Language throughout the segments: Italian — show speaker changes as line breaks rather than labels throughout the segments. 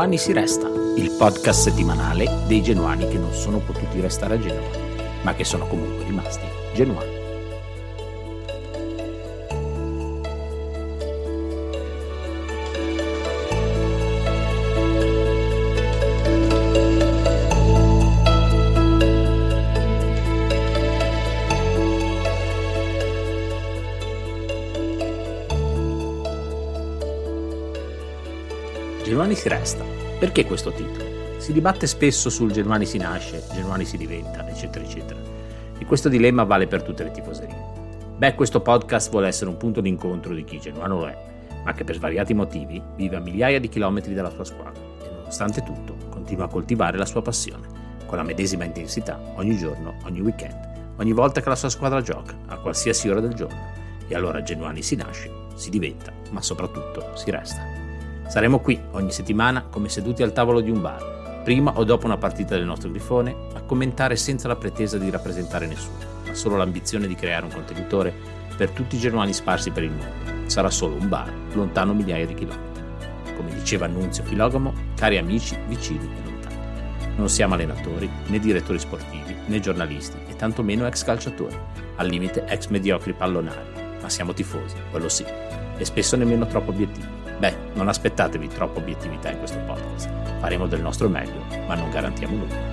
Genuani si resta, il podcast settimanale dei genuani che non sono potuti restare a Genova, ma che sono comunque rimasti genuani. Genuani si resta. Perché questo titolo? Si dibatte spesso sul Genuani si nasce, Genuani si diventa, eccetera, eccetera. E questo dilemma vale per tutte le tifoserie. Questo podcast vuole essere un punto d'incontro di chi genuano lo è, ma che per svariati motivi vive a migliaia di chilometri dalla sua squadra e nonostante tutto continua a coltivare la sua passione, con la medesima intensità, ogni giorno, ogni weekend, ogni volta che la sua squadra gioca, a qualsiasi ora del giorno. E allora Genuani si nasce, si diventa, ma soprattutto si resta. Saremo qui ogni settimana come seduti al tavolo di un bar, prima o dopo una partita del nostro Grifone, a commentare senza la pretesa di rappresentare nessuno, ma solo l'ambizione di creare un contenitore per tutti i genuani sparsi per il mondo. Sarà solo un bar, lontano migliaia di chilometri. Come diceva Annunzio Filogamo, cari amici, vicini e lontani. Non siamo allenatori, né direttori sportivi, né giornalisti, e tantomeno ex calciatori, al limite ex mediocri pallonari, ma siamo tifosi, quello sì, e spesso nemmeno troppo obiettivi. Non aspettatevi troppa obiettività in questo podcast. Faremo del nostro meglio, ma non garantiamo nulla.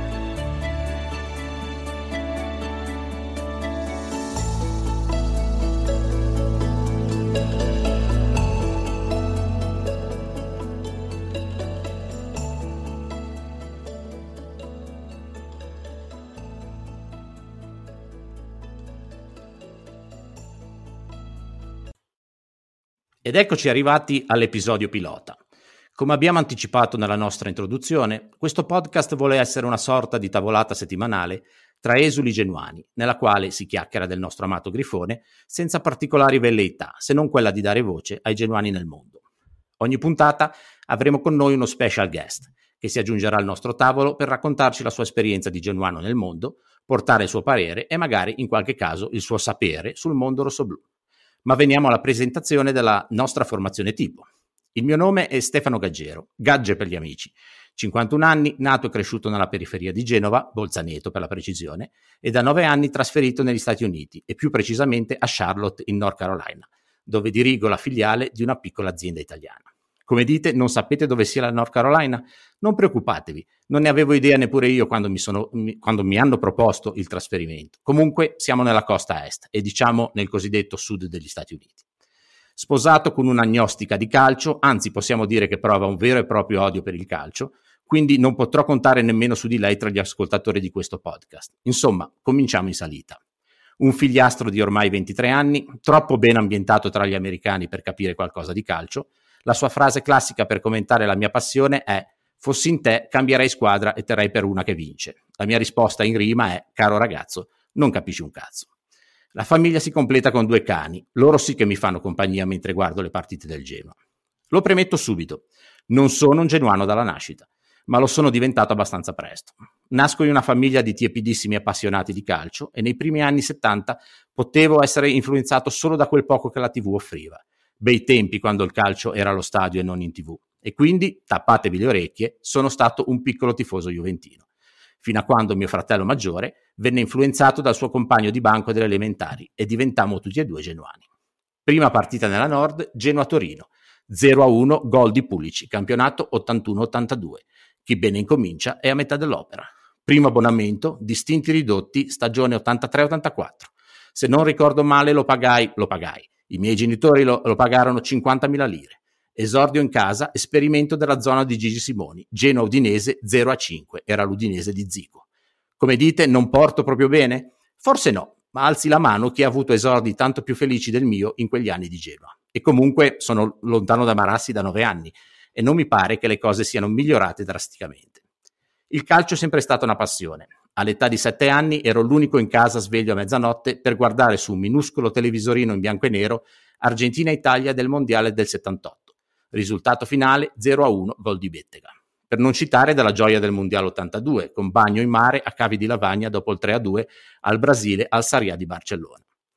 Ed eccoci arrivati all'episodio pilota. Come abbiamo anticipato nella nostra introduzione, questo podcast vuole essere una sorta di tavolata settimanale tra esuli genuani, nella quale si chiacchiera del nostro amato Grifone senza particolari velleità, se non quella di dare voce ai genuani nel mondo. Ogni puntata avremo con noi uno special guest, che si aggiungerà al nostro tavolo per raccontarci la sua esperienza di genuano nel mondo, portare il suo parere e magari, in qualche caso, il suo sapere sul mondo rossoblù. Ma veniamo alla presentazione della nostra formazione tipo. Il mio nome è Stefano Gaggero, Gagge per gli amici, 51 anni, nato e cresciuto nella periferia di Genova, Bolzaneto per la precisione, e da 9 anni trasferito negli Stati Uniti e più precisamente a Charlotte in North Carolina, dove dirigo la filiale di una piccola azienda italiana. Come dite, non sapete dove sia la North Carolina? Non preoccupatevi, non ne avevo idea neppure io quando mi hanno proposto il trasferimento. Comunque siamo nella costa est e diciamo nel cosiddetto sud degli Stati Uniti. Sposato con un'agnostica di calcio, anzi possiamo dire che prova un vero e proprio odio per il calcio, quindi non potrò contare nemmeno su di lei tra gli ascoltatori di questo podcast. Insomma, cominciamo in salita. Un figliastro di ormai 23 anni, troppo ben ambientato tra gli americani per capire qualcosa di calcio. La sua frase classica per commentare la mia passione è: fossi in te, cambierei squadra e terrei per una che vince. La mia risposta in rima è: caro ragazzo, non capisci un cazzo. La famiglia si completa con 2 cani, loro sì che mi fanno compagnia mentre guardo le partite del Genoa. Lo premetto subito, non sono un genuano dalla nascita, ma lo sono diventato abbastanza presto. Nasco in una famiglia di tiepidissimi appassionati di calcio e nei primi anni 70 potevo essere influenzato solo da quel poco che la TV offriva. Bei tempi quando il calcio era allo stadio e non in TV. E quindi, tappatevi le orecchie, sono stato un piccolo tifoso juventino. Fino a quando mio fratello maggiore venne influenzato dal suo compagno di banco delle elementari e diventammo tutti e 2 genuani. Prima partita nella Nord, Genoa-Torino. 0-1, gol di Pulici, campionato 81-82. Chi bene incomincia è a metà dell'opera. Primo abbonamento, distinti ridotti, stagione 83-84. Se non ricordo male lo pagai. I miei genitori lo pagarono 50.000 lire. Esordio in casa, esperimento della zona di Gigi Simoni, Genoa-Udinese 0-5, era l'Udinese di Zico. Come dite, non porto proprio bene? Forse no, ma alzi la mano chi ha avuto esordi tanto più felici del mio in quegli anni di Genoa. E comunque sono lontano da Marassi da 9 anni e non mi pare che le cose siano migliorate drasticamente. Il calcio è sempre stata una passione. All'età di 7 anni ero l'unico in casa sveglio a mezzanotte per guardare su un minuscolo televisorino in bianco e nero Argentina-Italia del Mondiale del 78. Risultato finale 0-1, gol di Bettega. Per non citare della gioia del Mondiale 82, con bagno in mare a Cavi di Lavagna dopo il 3-2 al Brasile al Sarriá di Barcellona.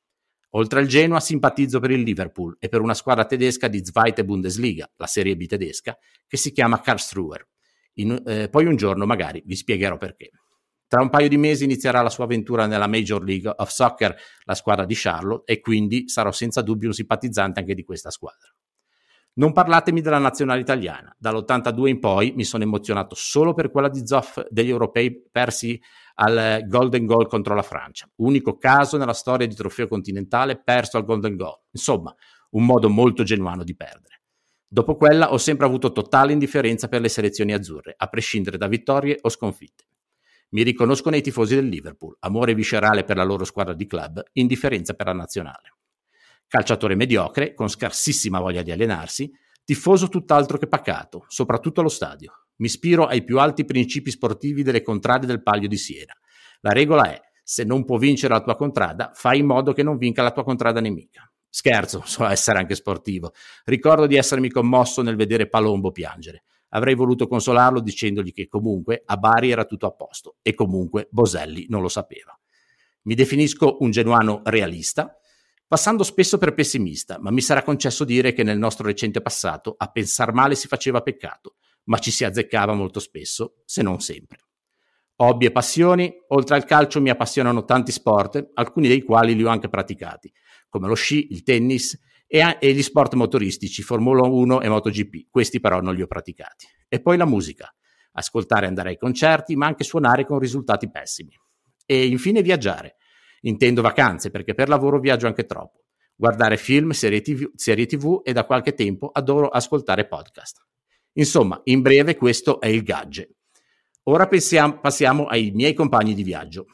Oltre al Genoa simpatizzo per il Liverpool e per una squadra tedesca di Zweite Bundesliga, la Serie B tedesca, che si chiama Karlsruher. Poi un giorno magari vi spiegherò perché. Tra un paio di mesi inizierà la sua avventura nella Major League of Soccer, la squadra di Charlotte, e quindi sarò senza dubbio un simpatizzante anche di questa squadra. Non parlatemi della nazionale italiana. Dall'82 in poi mi sono emozionato solo per quella di Zoff degli europei persi al Golden Goal contro la Francia. Unico caso nella storia di trofeo continentale perso al Golden Goal. Insomma, un modo molto genuano di perdere. Dopo quella ho sempre avuto totale indifferenza per le selezioni azzurre, a prescindere da vittorie o sconfitte. Mi riconosco nei tifosi del Liverpool, amore viscerale per la loro squadra di club, indifferenza per la nazionale. Calciatore mediocre, con scarsissima voglia di allenarsi, tifoso tutt'altro che pacato, soprattutto allo stadio. Mi ispiro ai più alti principi sportivi delle contrade del Palio di Siena. La regola è: se non può vincere la tua contrada, fai in modo che non vinca la tua contrada nemica. Scherzo, so essere anche sportivo. Ricordo di essermi commosso nel vedere Palombo piangere. Avrei voluto consolarlo dicendogli che comunque a Bari era tutto a posto e comunque Boselli non lo sapeva. Mi definisco un genuano realista, passando spesso per pessimista, ma mi sarà concesso dire che nel nostro recente passato a pensar male si faceva peccato, ma ci si azzeccava molto spesso, se non sempre. Hobby e passioni: oltre al calcio mi appassionano tanti sport, alcuni dei quali li ho anche praticati, come lo sci, il tennis e gli sport motoristici, Formula 1 e MotoGP. Questi però non li ho praticati. E poi la musica: ascoltare e andare ai concerti, ma anche suonare con risultati pessimi. E infine viaggiare. Intendo vacanze, perché per lavoro viaggio anche troppo. Guardare film, serie TV e da qualche tempo adoro ascoltare podcast. Insomma, in breve questo è il Gadget. Ora passiamo ai miei compagni di viaggio.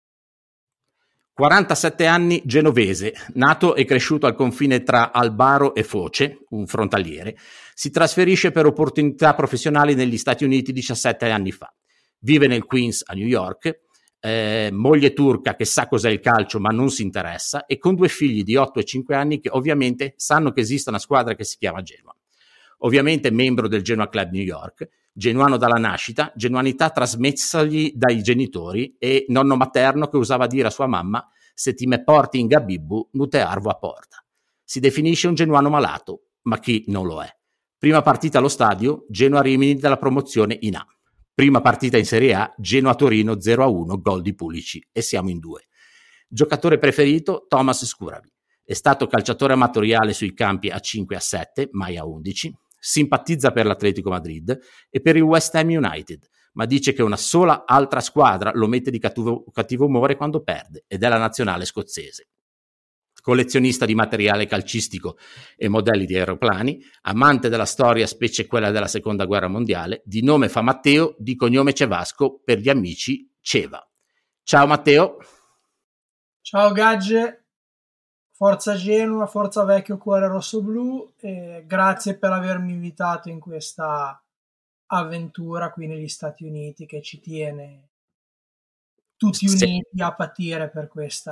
47 anni, genovese, nato e cresciuto al confine tra Albaro e Foce, un frontaliere, si trasferisce per opportunità professionali negli Stati Uniti 17 anni fa. Vive nel Queens a New York, moglie turca che sa cos'è il calcio ma non si interessa, e con 2 figli di 8 e 5 anni che ovviamente sanno che esiste una squadra che si chiama Genoa. Ovviamente membro del Genoa Club New York, genuano dalla nascita, genuanità trasmessagli dai genitori, e nonno materno che usava dire a sua mamma: se ti me porti in gabibbu, nu te arvo a porta. Si definisce un genuano malato, ma chi non lo è? Prima partita allo stadio, Genoa Rimini della promozione in A. Prima partita in Serie A, Genoa Torino 0-1, gol di Pulici, e siamo in 2. Giocatore preferito, Thomas Scuravi. È stato calciatore amatoriale sui campi a 5 e a 7, mai a 11. Simpatizza per l'Atletico Madrid e per il West Ham United, ma dice che una sola altra squadra lo mette di cattivo umore quando perde, ed è la nazionale scozzese. Collezionista di materiale calcistico e modelli di aeroplani, amante della storia, specie quella della Seconda Guerra Mondiale, di nome fa Matteo, di cognome Cevasco, per gli amici Ceva. Ciao Matteo.
Ciao Gagge. Forza Genoa, forza vecchio cuore rosso-blu, e grazie per avermi invitato in questa avventura qui negli Stati Uniti, che ci tiene tutti uniti a patire per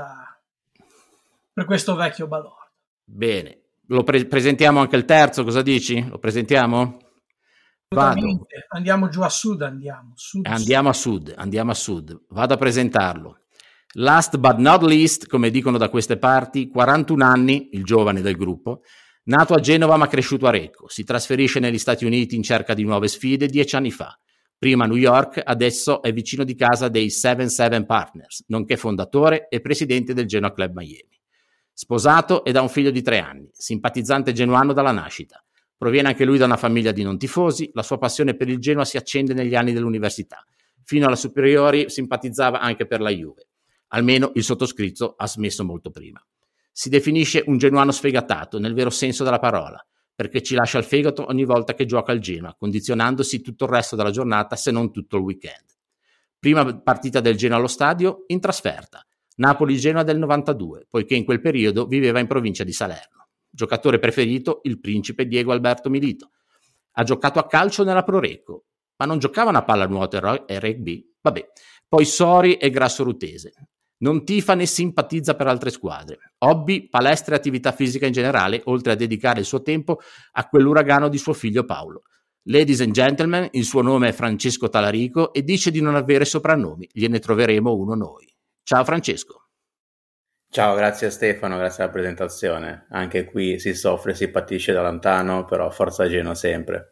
questo vecchio balordo.
Bene, lo presentiamo anche il terzo, cosa dici? Lo presentiamo?
Vado. Andiamo giù a sud,
Andiamo a sud, vado a presentarlo. Last but not least, come dicono da queste parti, 41 anni, il giovane del gruppo, nato a Genova ma cresciuto a Recco, si trasferisce negli Stati Uniti in cerca di nuove sfide 10 anni fa. Prima a New York, adesso è vicino di casa dei 7-7 Partners, nonché fondatore e presidente del Genoa Club Miami. Sposato ed ha un figlio di 3 anni, simpatizzante genuano dalla nascita. Proviene anche lui da una famiglia di non tifosi, la sua passione per il Genoa si accende negli anni dell'università. Fino alla superiori simpatizzava anche per la Juve. Almeno il sottoscritto ha smesso molto prima. Si definisce un genuano sfegatato, nel vero senso della parola, perché ci lascia il fegato ogni volta che gioca al Genoa, condizionandosi tutto il resto della giornata, se non tutto il weekend. Prima partita del Genoa allo stadio, in trasferta. Napoli-Genoa del 92, poiché in quel periodo viveva in provincia di Salerno. Giocatore preferito, il principe Diego Alberto Milito. Ha giocato a calcio nella Pro Recco, ma non giocavano a pallanuoto e rugby? Vabbè. Poi Sori e Grasso Rutese. Non tifa né simpatizza per altre squadre. Hobby, palestra e attività fisica in generale, oltre a dedicare il suo tempo a quell'uragano di suo figlio Paolo. Ladies and gentlemen, il suo nome è Francesco Talarico e dice di non avere soprannomi. Gliene troveremo uno noi. Ciao Francesco. Ciao, grazie a Stefano, grazie alla presentazione. Anche qui si soffre, si patisce da lontano, però forza Genoa sempre.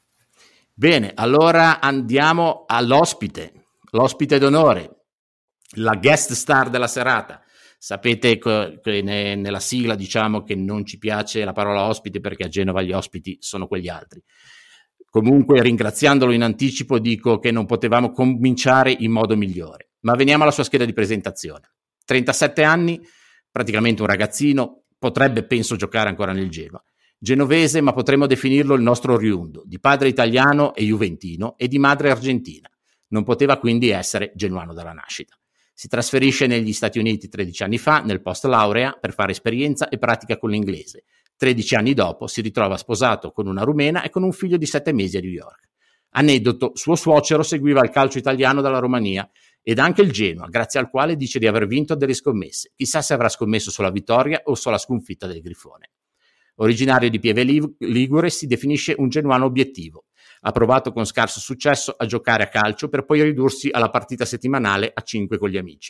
Bene, allora andiamo all'ospite, l'ospite d'onore, la guest star della serata. Sapete che nella sigla diciamo che non ci piace la parola ospite perché a Genova gli ospiti sono quegli altri. Comunque, ringraziandolo in anticipo, dico che non potevamo cominciare in modo migliore. Ma veniamo alla sua scheda di presentazione. 37 anni, praticamente un ragazzino, potrebbe, penso, giocare ancora nel Genoa. Genovese, ma potremmo definirlo il nostro oriundo, di padre italiano e juventino e di madre argentina. Non poteva quindi essere genuano dalla nascita. Si trasferisce negli Stati Uniti 13 anni fa, nel post laurea, per fare esperienza e pratica con l'inglese. 13 anni dopo si ritrova sposato con una rumena e con un figlio di 7 mesi a New York. Aneddoto, suo suocero seguiva il calcio italiano dalla Romania ed anche il Genoa, grazie al quale dice di aver vinto delle scommesse. Chissà se avrà scommesso sulla vittoria o sulla sconfitta del Grifone. Originario di Pieve Ligure, si definisce un genuano obiettivo. Ha provato con scarso successo a giocare a calcio per poi ridursi alla partita settimanale a 5 con gli amici.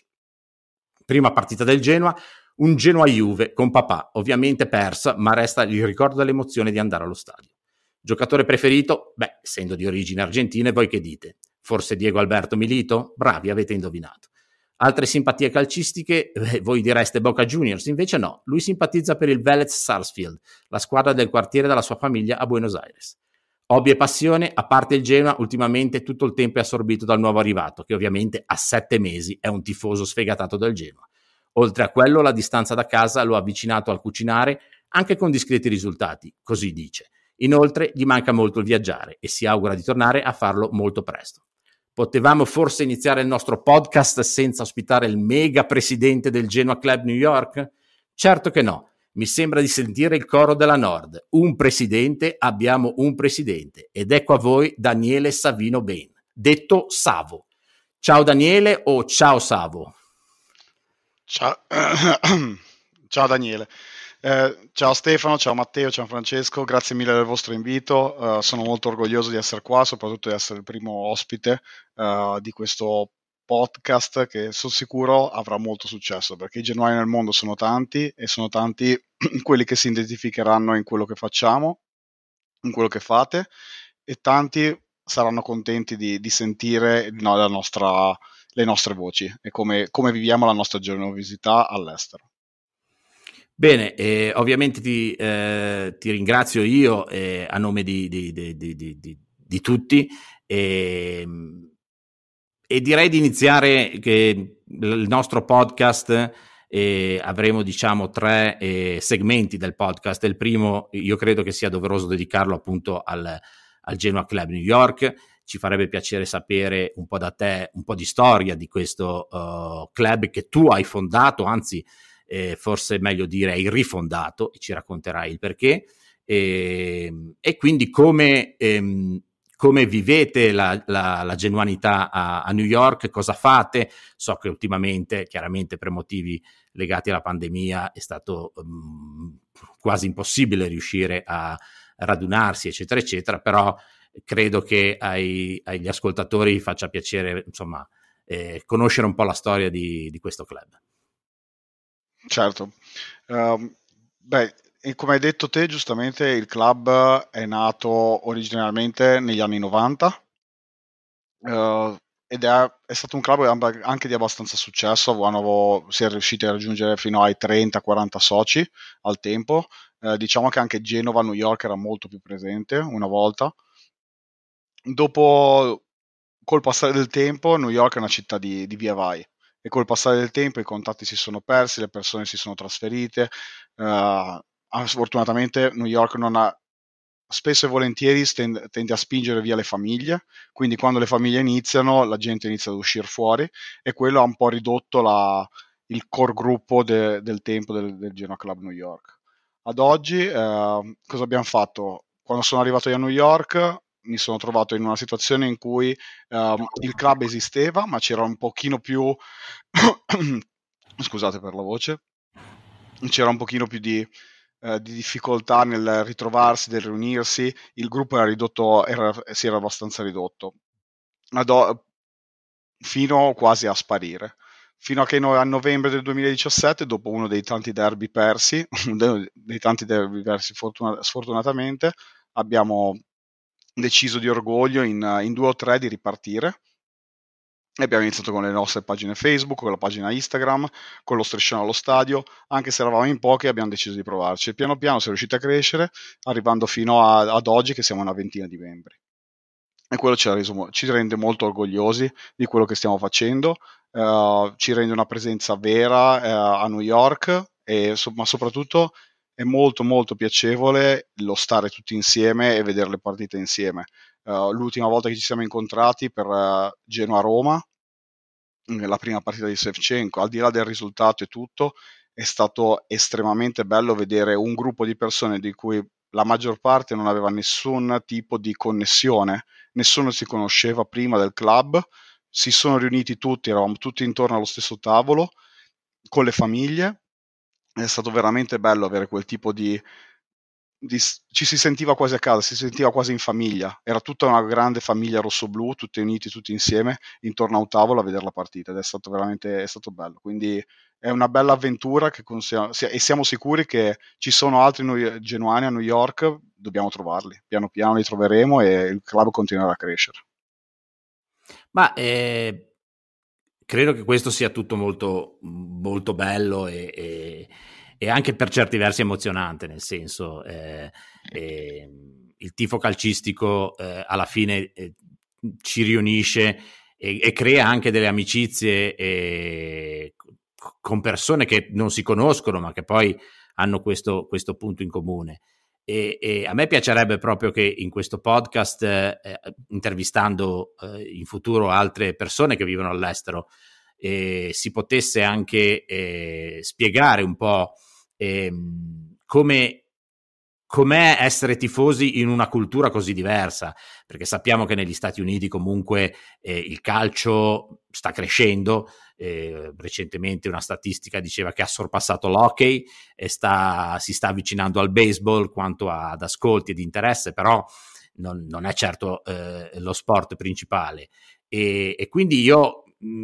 Prima partita del Genoa, un Genoa-Juve con papà, ovviamente persa, ma resta il ricordo dell'emozione di andare allo stadio. Giocatore preferito? Beh, essendo di origine argentina, e voi che dite? Forse Diego Alberto Milito? Bravi, avete indovinato. Altre simpatie calcistiche? Voi direste Boca Juniors, invece no, lui simpatizza per il Vélez Sarsfield, la squadra del quartiere della sua famiglia a Buenos Aires. Hobby e passione, a parte il Genoa, ultimamente tutto il tempo è assorbito dal nuovo arrivato, che ovviamente a 7 mesi è un tifoso sfegatato del Genoa. Oltre a quello, la distanza da casa lo ha avvicinato al cucinare, anche con discreti risultati, così dice. Inoltre gli manca molto il viaggiare e si augura di tornare a farlo molto presto. Potevamo forse iniziare il nostro podcast senza ospitare il mega presidente del Genoa Club New York? Certo che no. Mi sembra di sentire il coro della Nord. Un presidente, abbiamo un presidente. Ed ecco a voi Daniele Savino Ben, detto Savo. Ciao Daniele o ciao Savo?
Ciao, ciao Daniele. Ciao Stefano, ciao Matteo, ciao Francesco, grazie mille del vostro invito. Sono molto orgoglioso di essere qua, soprattutto di essere il primo ospite di questo podcast che sono sicuro avrà molto successo, perché i genuani nel mondo sono tanti e sono tanti quelli che si identificheranno in quello che facciamo, in quello che fate, e tanti saranno contenti di sentire le nostre voci e come viviamo la nostra genovesità all'estero.
Bene, ovviamente ti ringrazio io a nome di tutti e direi di iniziare che il nostro podcast. Avremo diciamo 3 segmenti del podcast. Il primo io credo che sia doveroso dedicarlo appunto al Genoa Club New York. Ci farebbe piacere sapere un po' da te, un po' di storia di questo club che tu hai fondato, anzi forse è meglio dire hai rifondato, e ci racconterai il perché, e quindi come vivete la genuanità a New York, cosa fate. So che ultimamente, chiaramente per motivi legati alla pandemia, è stato quasi impossibile riuscire a radunarsi, eccetera, eccetera, però credo che agli ascoltatori faccia piacere, insomma, conoscere un po' la storia di questo club.
Certo. Beh, e come hai detto te, giustamente il club è nato originalmente negli anni 90 ed è stato un club anche di abbastanza successo. Si è riusciti a raggiungere fino ai 30-40 soci al tempo. Diciamo che anche Genova, New York era molto più presente una volta. Dopo, col passare del tempo, New York è una città di via vai. E col passare del tempo i contatti si sono persi, le persone si sono trasferite. Sfortunatamente New York non ha, spesso e volentieri tende a spingere via le famiglie, quindi quando le famiglie iniziano la gente inizia ad uscire fuori e quello ha un po' ridotto il core gruppo del tempo del Genoa Club New York. Ad oggi cosa abbiamo fatto? Quando sono arrivato io a New York mi sono trovato in una situazione in cui il club esisteva, ma c'era un pochino più scusate per la voce, c'era un pochino più di difficoltà nel ritrovarsi, nel riunirsi, il gruppo si era abbastanza ridotto, fino quasi a sparire. fino a che noi a novembre del 2017, dopo uno dei tanti derby persi, sfortunatamente, abbiamo deciso di orgoglio in 2 o 3 di ripartire. E abbiamo iniziato con le nostre pagine Facebook, con la pagina Instagram, con lo striscione allo stadio. Anche se eravamo in pochi, abbiamo deciso di provarci. E piano piano siamo riusciti a crescere, arrivando fino ad oggi che siamo una ventina di membri. E quello ci rende molto orgogliosi di quello che stiamo facendo, ci rende una presenza vera a New York, ma soprattutto è molto molto piacevole lo stare tutti insieme e vedere le partite insieme. L'ultima volta che ci siamo incontrati per Genoa-Roma, la prima partita di Shevchenko, al di là del risultato e tutto, è stato estremamente bello vedere un gruppo di persone di cui la maggior parte non aveva nessun tipo di connessione, nessuno si conosceva prima del club, si sono riuniti tutti, eravamo tutti intorno allo stesso tavolo, con le famiglie, è stato veramente bello avere quel tipo ci si sentiva quasi a casa, si sentiva quasi in famiglia, era tutta una grande famiglia rossoblù, tutti uniti, tutti insieme, intorno a un tavolo a vedere la partita, ed è stato bello, quindi è una bella avventura e siamo sicuri che ci sono altri genuani a New York, dobbiamo trovarli, piano piano li troveremo e il club continuerà a crescere.
Ma credo che questo sia tutto molto, molto bello e anche per certi versi emozionante, nel senso il tifo calcistico alla fine ci riunisce e crea anche delle amicizie con persone che non si conoscono ma che poi hanno questo punto in comune. E a me piacerebbe proprio che in questo podcast, intervistando in futuro altre persone che vivono all'estero, si potesse anche spiegare un po' com'è essere tifosi in una cultura così diversa, perché sappiamo che negli Stati Uniti comunque il calcio sta crescendo. Recentemente una statistica diceva che ha sorpassato l'hockey e si sta avvicinando al baseball quanto ad ascolti e di interesse, però non è certo lo sport principale, e quindi io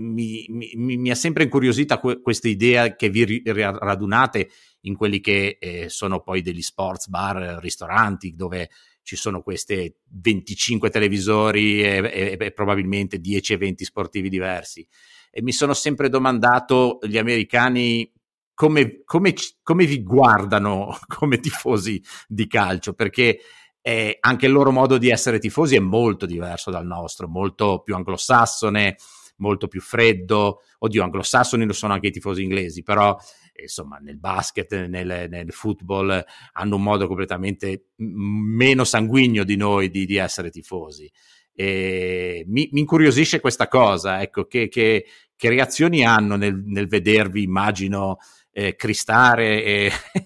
mi ha sempre incuriosita questa idea che vi radunate in quelli che sono poi degli sports bar, ristoranti, dove ci sono queste 25 televisori e probabilmente 10 eventi sportivi diversi. E mi sono sempre domandato, gli americani come vi guardano come tifosi di calcio, perché anche il loro modo di essere tifosi è molto diverso dal nostro, molto più anglosassone, molto più freddo. Oddio, anglosassoni lo sono anche i tifosi inglesi, però insomma nel basket, nel football hanno un modo completamente meno sanguigno di noi di essere tifosi. E mi incuriosisce questa cosa, ecco, che reazioni hanno nel vedervi, immagino, cristare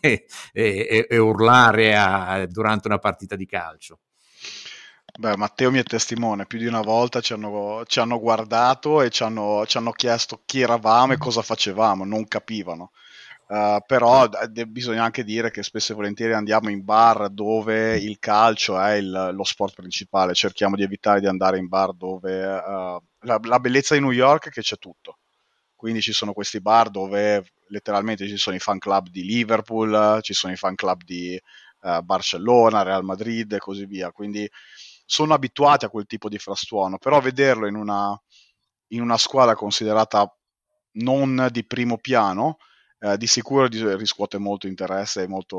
e urlare durante una partita di calcio.
Beh, Matteo mi è testimone, più di una volta ci hanno guardato e ci hanno chiesto chi eravamo e cosa facevamo, non capivano. Però bisogna anche dire che spesso e volentieri andiamo in bar dove il calcio è lo sport principale, cerchiamo di evitare di andare in bar dove la bellezza di New York è che c'è tutto, quindi ci sono questi bar dove letteralmente ci sono i fan club di Liverpool, ci sono i fan club di Barcellona, Real Madrid e così via, quindi sono abituati a quel tipo di frastuono, però vederlo in una squadra considerata non di primo piano, di sicuro riscuote molto interesse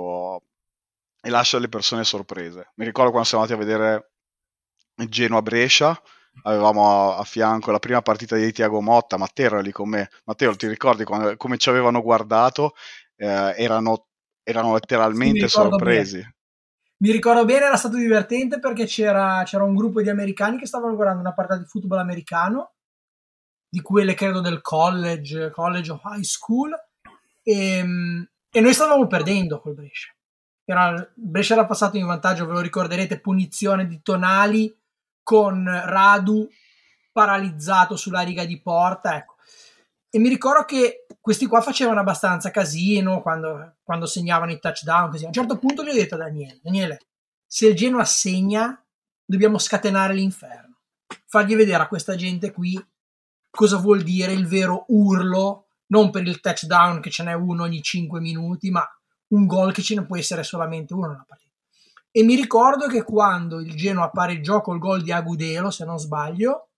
e lascia le persone sorprese. Mi ricordo quando siamo andati a vedere Genoa-Brescia, avevamo a fianco la prima partita di Thiago Motta, Matteo era lì con me. Matteo, ti ricordi come ci avevano guardato? Erano letteralmente sorpresi.
Bene. Mi ricordo bene, era stato divertente perché c'era un gruppo di americani che stavano guardando una partita di football americano, di quelle credo del college o high school, e noi stavamo perdendo col Brescia. Brescia era passato in vantaggio, ve lo ricorderete, punizione di Tonali con Radu paralizzato sulla riga di porta, ecco. E mi ricordo che questi qua facevano abbastanza casino quando segnavano i touchdown, così. A un certo punto gli ho detto a Daniele, se il Genoa segna dobbiamo scatenare l'inferno, fargli vedere a questa gente qui cosa vuol dire il vero urlo, non per il touchdown che ce n'è uno ogni 5 minuti, ma un gol che ce ne può essere solamente uno nella partita. E mi ricordo che quando il Genoa pareggiò col gol di Agudelo, se non sbaglio,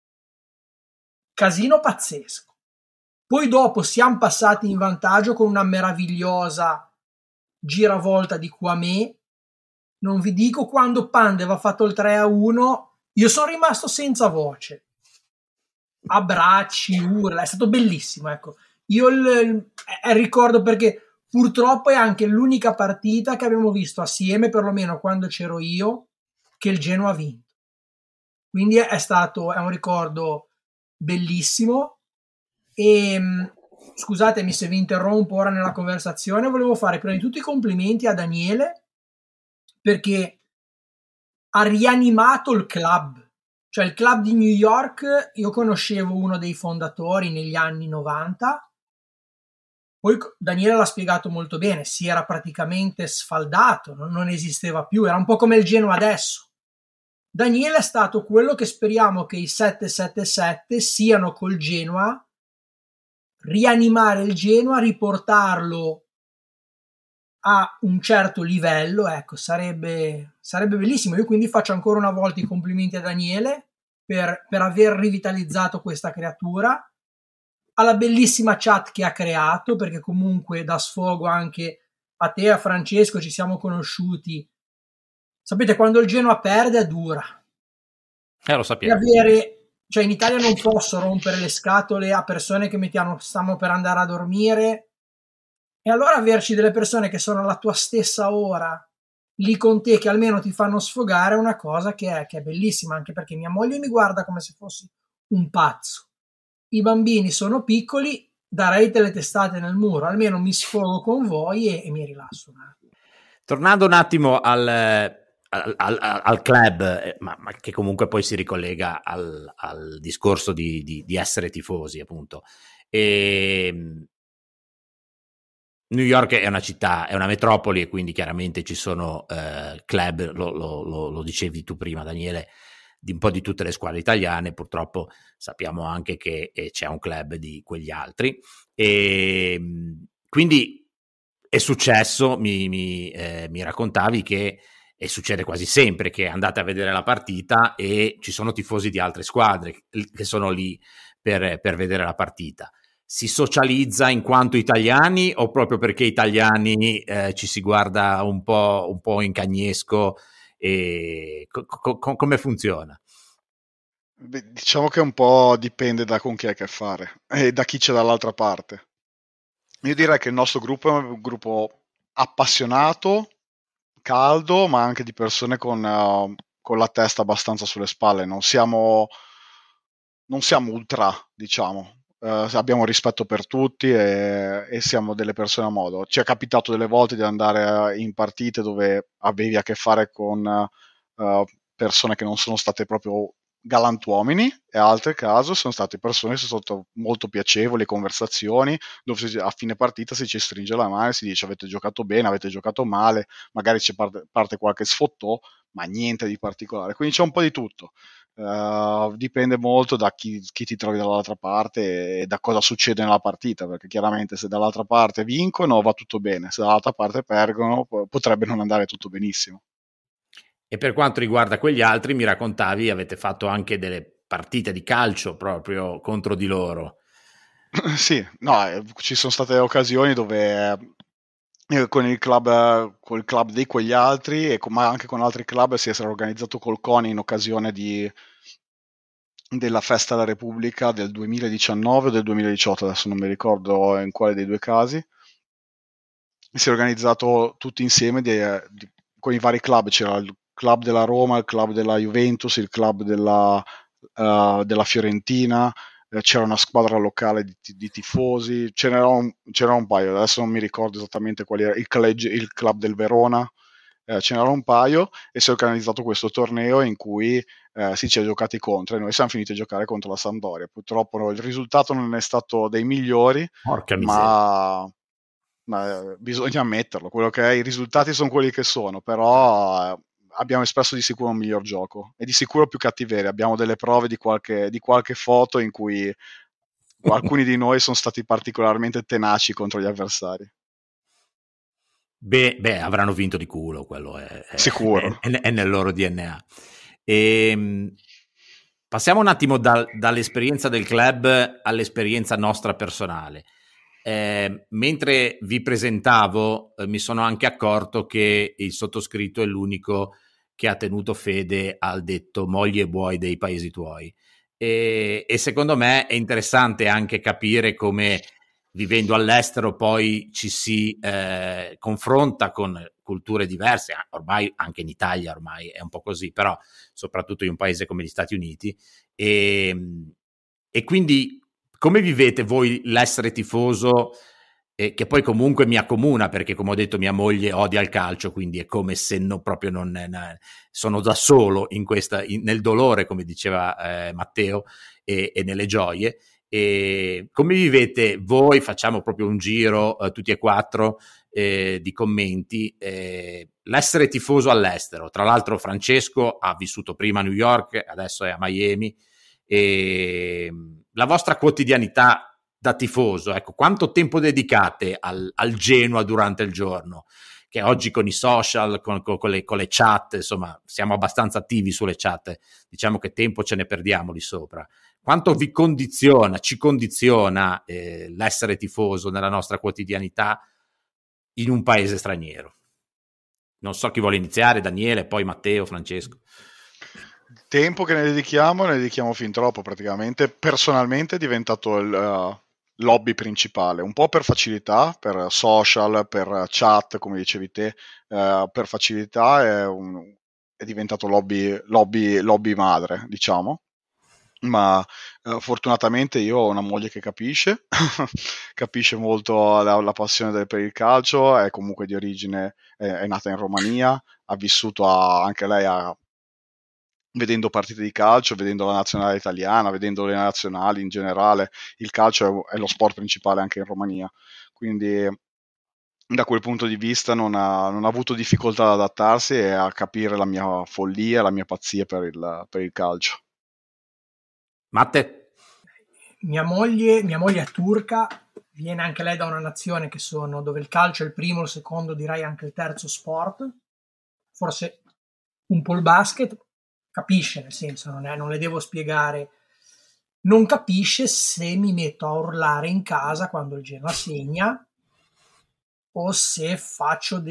casino pazzesco. Poi dopo siamo passati in vantaggio con una meravigliosa giravolta di Kouamé. Non vi dico, quando Pandev ha fatto il 3-1, io sono rimasto senza voce. Abbracci, urla, è stato bellissimo, ecco. Io ricordo, perché purtroppo è anche l'unica partita che abbiamo visto assieme, perlomeno quando c'ero io, che il Genoa ha vinto. Quindi è un ricordo bellissimo. E scusatemi se vi interrompo ora nella conversazione, volevo fare prima di tutto i complimenti a Daniele, perché ha rianimato il club. Cioè, il club di New York, io conoscevo uno dei fondatori negli anni 90, poi Daniele l'ha spiegato molto bene, si era praticamente sfaldato, non esisteva più, era un po' come il Genoa adesso. Daniele è stato quello che speriamo che i 777 siano col Genoa, rianimare il Genoa, riportarlo a un certo livello, ecco, sarebbe bellissimo. Io quindi faccio ancora una volta i complimenti a Daniele per aver rivitalizzato questa creatura, alla bellissima chat che ha creato, perché comunque dà sfogo anche a te, a Francesco, ci siamo conosciuti. Sapete, quando il Genoa perde è dura.
Lo sappiamo.
Cioè, in Italia non posso rompere le scatole a persone che stiamo per andare a dormire, e allora averci delle persone che sono alla tua stessa ora lì con te, che almeno ti fanno sfogare, è una cosa che è bellissima, anche perché mia moglie mi guarda come se fossi un pazzo. I bambini sono piccoli, darei delle testate nel muro, almeno mi sfogo con voi e mi rilasso.
Tornando un attimo al club, ma che comunque poi si ricollega al discorso di essere tifosi, appunto. New York è una città, è una metropoli, e quindi chiaramente ci sono club, lo dicevi tu prima, Daniele, di un po' di tutte le squadre italiane. Purtroppo sappiamo anche che c'è un club di quegli altri, e quindi è successo, mi raccontavi che, e succede quasi sempre, che andate a vedere la partita e ci sono tifosi di altre squadre che sono lì per vedere la partita. Si socializza in quanto italiani, o proprio perché italiani ci si guarda un po' in cagnesco, e come funziona?
Beh, diciamo che un po' dipende da con chi hai a che fare e da chi c'è dall'altra parte. Io direi che il nostro gruppo è un gruppo appassionato, caldo, ma anche di persone con la testa abbastanza sulle spalle. Non siamo ultra, diciamo. Abbiamo rispetto per tutti e siamo delle persone a modo. Ci è capitato delle volte di andare in partite dove avevi a che fare con persone che non sono state proprio galantuomini, e altre casi sono state persone che sono state molto piacevoli, conversazioni dove a fine partita si ci stringe la mano e si dice: avete giocato bene, avete giocato male, magari ci parte qualche sfottò, ma niente di particolare. Quindi c'è un po' di tutto. Dipende molto da chi ti trovi dall'altra parte e da cosa succede nella partita, perché chiaramente se dall'altra parte vincono va tutto bene, se dall'altra parte perdono potrebbe non andare tutto benissimo.
E per quanto riguarda quegli altri, mi raccontavi, avete fatto anche delle partite di calcio proprio contro di loro.
Sì, no, ci sono state occasioni dove con il club di quegli altri, ma anche con altri club, si è organizzato col CONI in occasione della Festa della Repubblica del 2019 o del 2018, adesso non mi ricordo in quale dei due casi. Si è organizzato tutti insieme con i vari club. C'era il club della Roma, il club della Juventus, il club della Fiorentina, c'era una squadra locale di tifosi, c'era un paio, adesso non mi ricordo esattamente quali era, il club del Verona, ce n'era un paio, e si è organizzato questo torneo in cui si ci è giocati contro, e noi siamo finiti a giocare contro la Sampdoria. Purtroppo il risultato non è stato dei migliori,
Porca miseria.
ma bisogna ammetterlo, quello che è, i risultati sono quelli che sono, però abbiamo espresso di sicuro un miglior gioco e di sicuro più cattiveria. Abbiamo delle prove di qualche foto in cui alcuni di noi sono stati particolarmente tenaci contro gli avversari.
Beh, avranno vinto di culo, quello
Sicuro.
è nel loro DNA. Passiamo un attimo dall'esperienza del club all'esperienza nostra personale. Mentre vi presentavo, mi sono anche accorto che il sottoscritto è l'unico che ha tenuto fede al detto moglie e buoi dei paesi tuoi. E secondo me è interessante anche capire come, vivendo all'estero, poi ci si confronta con culture diverse, ormai anche in Italia ormai è un po' così, però soprattutto in un paese come gli Stati Uniti, e quindi come vivete voi l'essere tifoso, che poi comunque mi accomuna, perché come ho detto mia moglie odia il calcio, quindi è come se sono da solo nel dolore, come diceva Matteo, e nelle gioie. E come vivete voi? Facciamo proprio un giro tutti e quattro di commenti. L'essere tifoso all'estero. Tra l'altro Francesco ha vissuto prima a New York, adesso è a Miami. E la vostra quotidianità da tifoso, ecco, quanto tempo dedicate al Genoa durante il giorno? Che oggi con i social, con le chat, insomma, siamo abbastanza attivi sulle chat, diciamo che tempo ce ne perdiamo lì sopra. Quanto ci condiziona l'essere tifoso nella nostra quotidianità in un paese straniero? Non so chi vuole iniziare, Daniele, poi Matteo, Francesco.
Tempo che ne dedichiamo fin troppo praticamente. Personalmente è diventato il l'hobby principale, un po' per facilità, per social, per chat, come dicevi te, per facilità è diventato l'hobby madre, diciamo. Ma fortunatamente io ho una moglie che capisce, capisce molto la passione per il calcio, è comunque di origine, è nata in Romania, ha vissuto anche lei vedendo partite di calcio, vedendo la nazionale italiana, vedendo le nazionali in generale. Il calcio è lo sport principale anche in Romania, quindi da quel punto di vista non ha avuto difficoltà ad adattarsi e a capire la mia follia, la mia pazzia per il calcio.
Matte?
Mia moglie è turca, viene anche lei da una nazione dove il calcio è il primo, il secondo, direi anche il terzo sport, forse un po' il basket. Capisce, nel senso, non le devo spiegare. Non capisce se mi metto a urlare in casa quando il Genoa segna o se faccio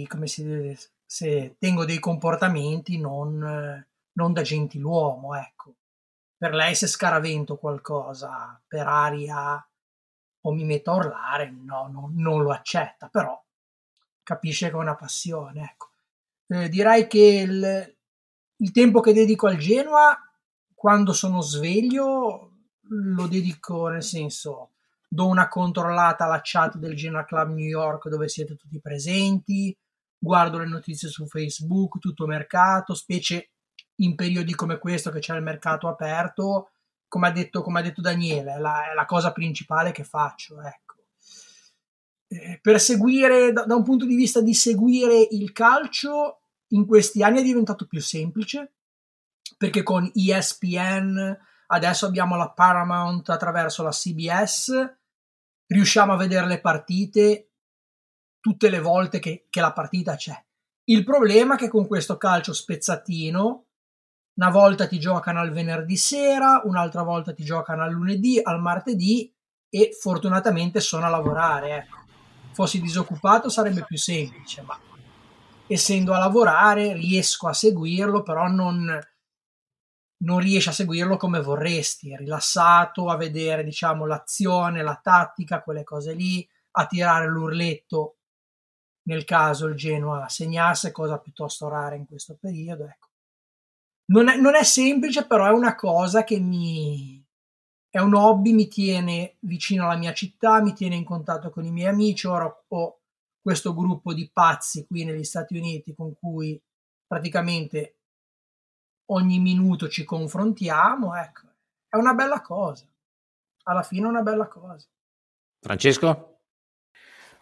se tengo dei comportamenti non da gentiluomo, ecco. Per lei se scaravento qualcosa per aria o mi metto a urlare, non lo accetta, però capisce che è una passione, ecco. Direi che il tempo che dedico al Genoa, quando sono sveglio, lo dedico, nel senso, do una controllata alla chat del Genoa Club New York dove siete tutti presenti, guardo le notizie su Facebook, tutto mercato, specie in periodi come questo che c'è il mercato aperto, come ha detto Daniele, è la cosa principale che faccio, ecco. Per seguire, da un punto di vista di seguire il calcio, in questi anni è diventato più semplice, perché con ESPN, adesso abbiamo la Paramount attraverso la CBS, riusciamo a vedere le partite tutte le volte che la partita c'è. Il problema è che con questo calcio spezzatino, una volta ti giocano al venerdì sera, un'altra volta ti giocano al lunedì, al martedì, e fortunatamente sono a lavorare, ecco. Fossi disoccupato sarebbe più semplice, ma essendo a lavorare riesco a seguirlo, però non riesci a seguirlo come vorresti, rilassato a vedere, diciamo, l'azione, la tattica, quelle cose lì, a tirare l'urletto nel caso il Genoa segnasse, cosa piuttosto rara in questo periodo, ecco. Non è semplice, però è una cosa che è un hobby, mi tiene vicino alla mia città, mi tiene in contatto con i miei amici. Ora ho questo gruppo di pazzi qui negli Stati Uniti con cui praticamente ogni minuto ci confrontiamo, ecco. È una bella cosa. Alla fine è una bella cosa.
Francesco?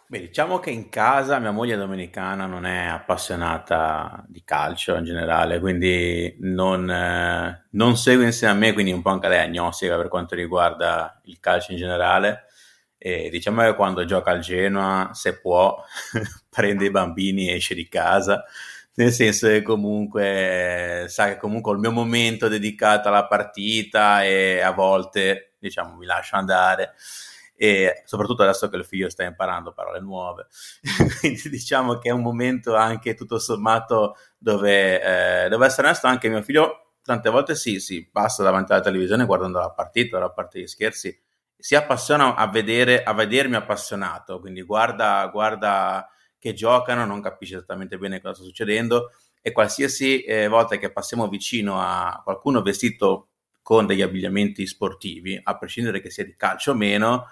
Beh, diciamo che in casa mia moglie domenicana non è appassionata di calcio in generale, quindi non segue insieme a me, quindi un po' anche lei è agnostica per quanto riguarda il calcio in generale. E diciamo che quando gioca al Genoa, se può, prende i bambini e esce di casa, nel senso che comunque sa che comunque ho il mio momento dedicato alla partita e a volte, diciamo, mi lascio andare. E soprattutto adesso che il figlio sta imparando parole nuove, quindi diciamo che è un momento anche tutto sommato dove devo essere onesto, anche mio figlio tante volte si passa davanti alla televisione guardando la partita, da parte di scherzi, si appassiona a vedermi appassionato, quindi guarda che giocano, non capisce esattamente bene cosa sta succedendo, e qualsiasi volta che passiamo vicino a qualcuno vestito con degli abbigliamenti sportivi, a prescindere che sia di calcio o meno,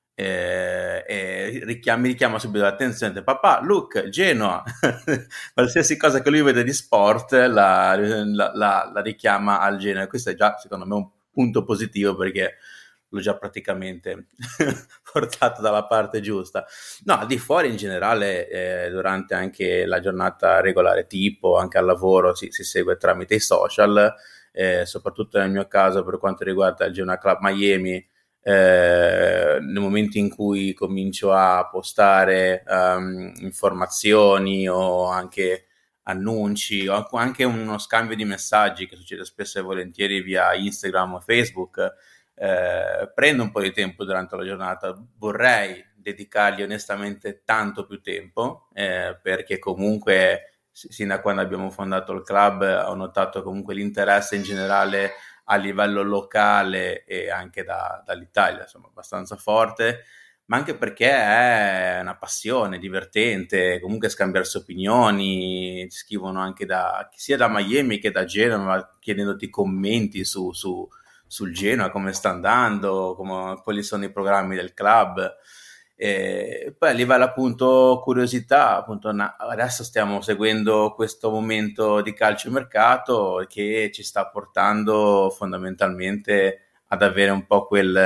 mi richiama subito l'attenzione: papà, Luke, Genoa. Qualsiasi cosa che lui vede di sport la richiama al Genoa. Questo è già secondo me un punto positivo, perché l'ho già praticamente portato dalla parte giusta. No, al di fuori in generale, durante anche la giornata regolare tipo, anche al lavoro, si segue tramite i social, soprattutto nel mio caso per quanto riguarda il Genoa Club Miami. Nel momento in cui comincio a postare informazioni o anche annunci o anche uno scambio di messaggi che succede spesso e volentieri via Instagram o Facebook, prendo un po' di tempo durante la giornata. Vorrei dedicargli onestamente tanto più tempo, perché comunque sin da quando abbiamo fondato il club ho notato comunque l'interesse in generale a livello locale e anche dall'Italia, insomma, abbastanza forte, ma anche perché è una passione divertente, comunque scambiarsi opinioni, ti scrivono anche sia da Miami che da Genova, chiedendoti commenti sul Genoa, come sta andando, quali sono i programmi del club. E poi a livello appunto curiosità, appunto, adesso stiamo seguendo questo momento di calciomercato che ci sta portando fondamentalmente ad avere un po'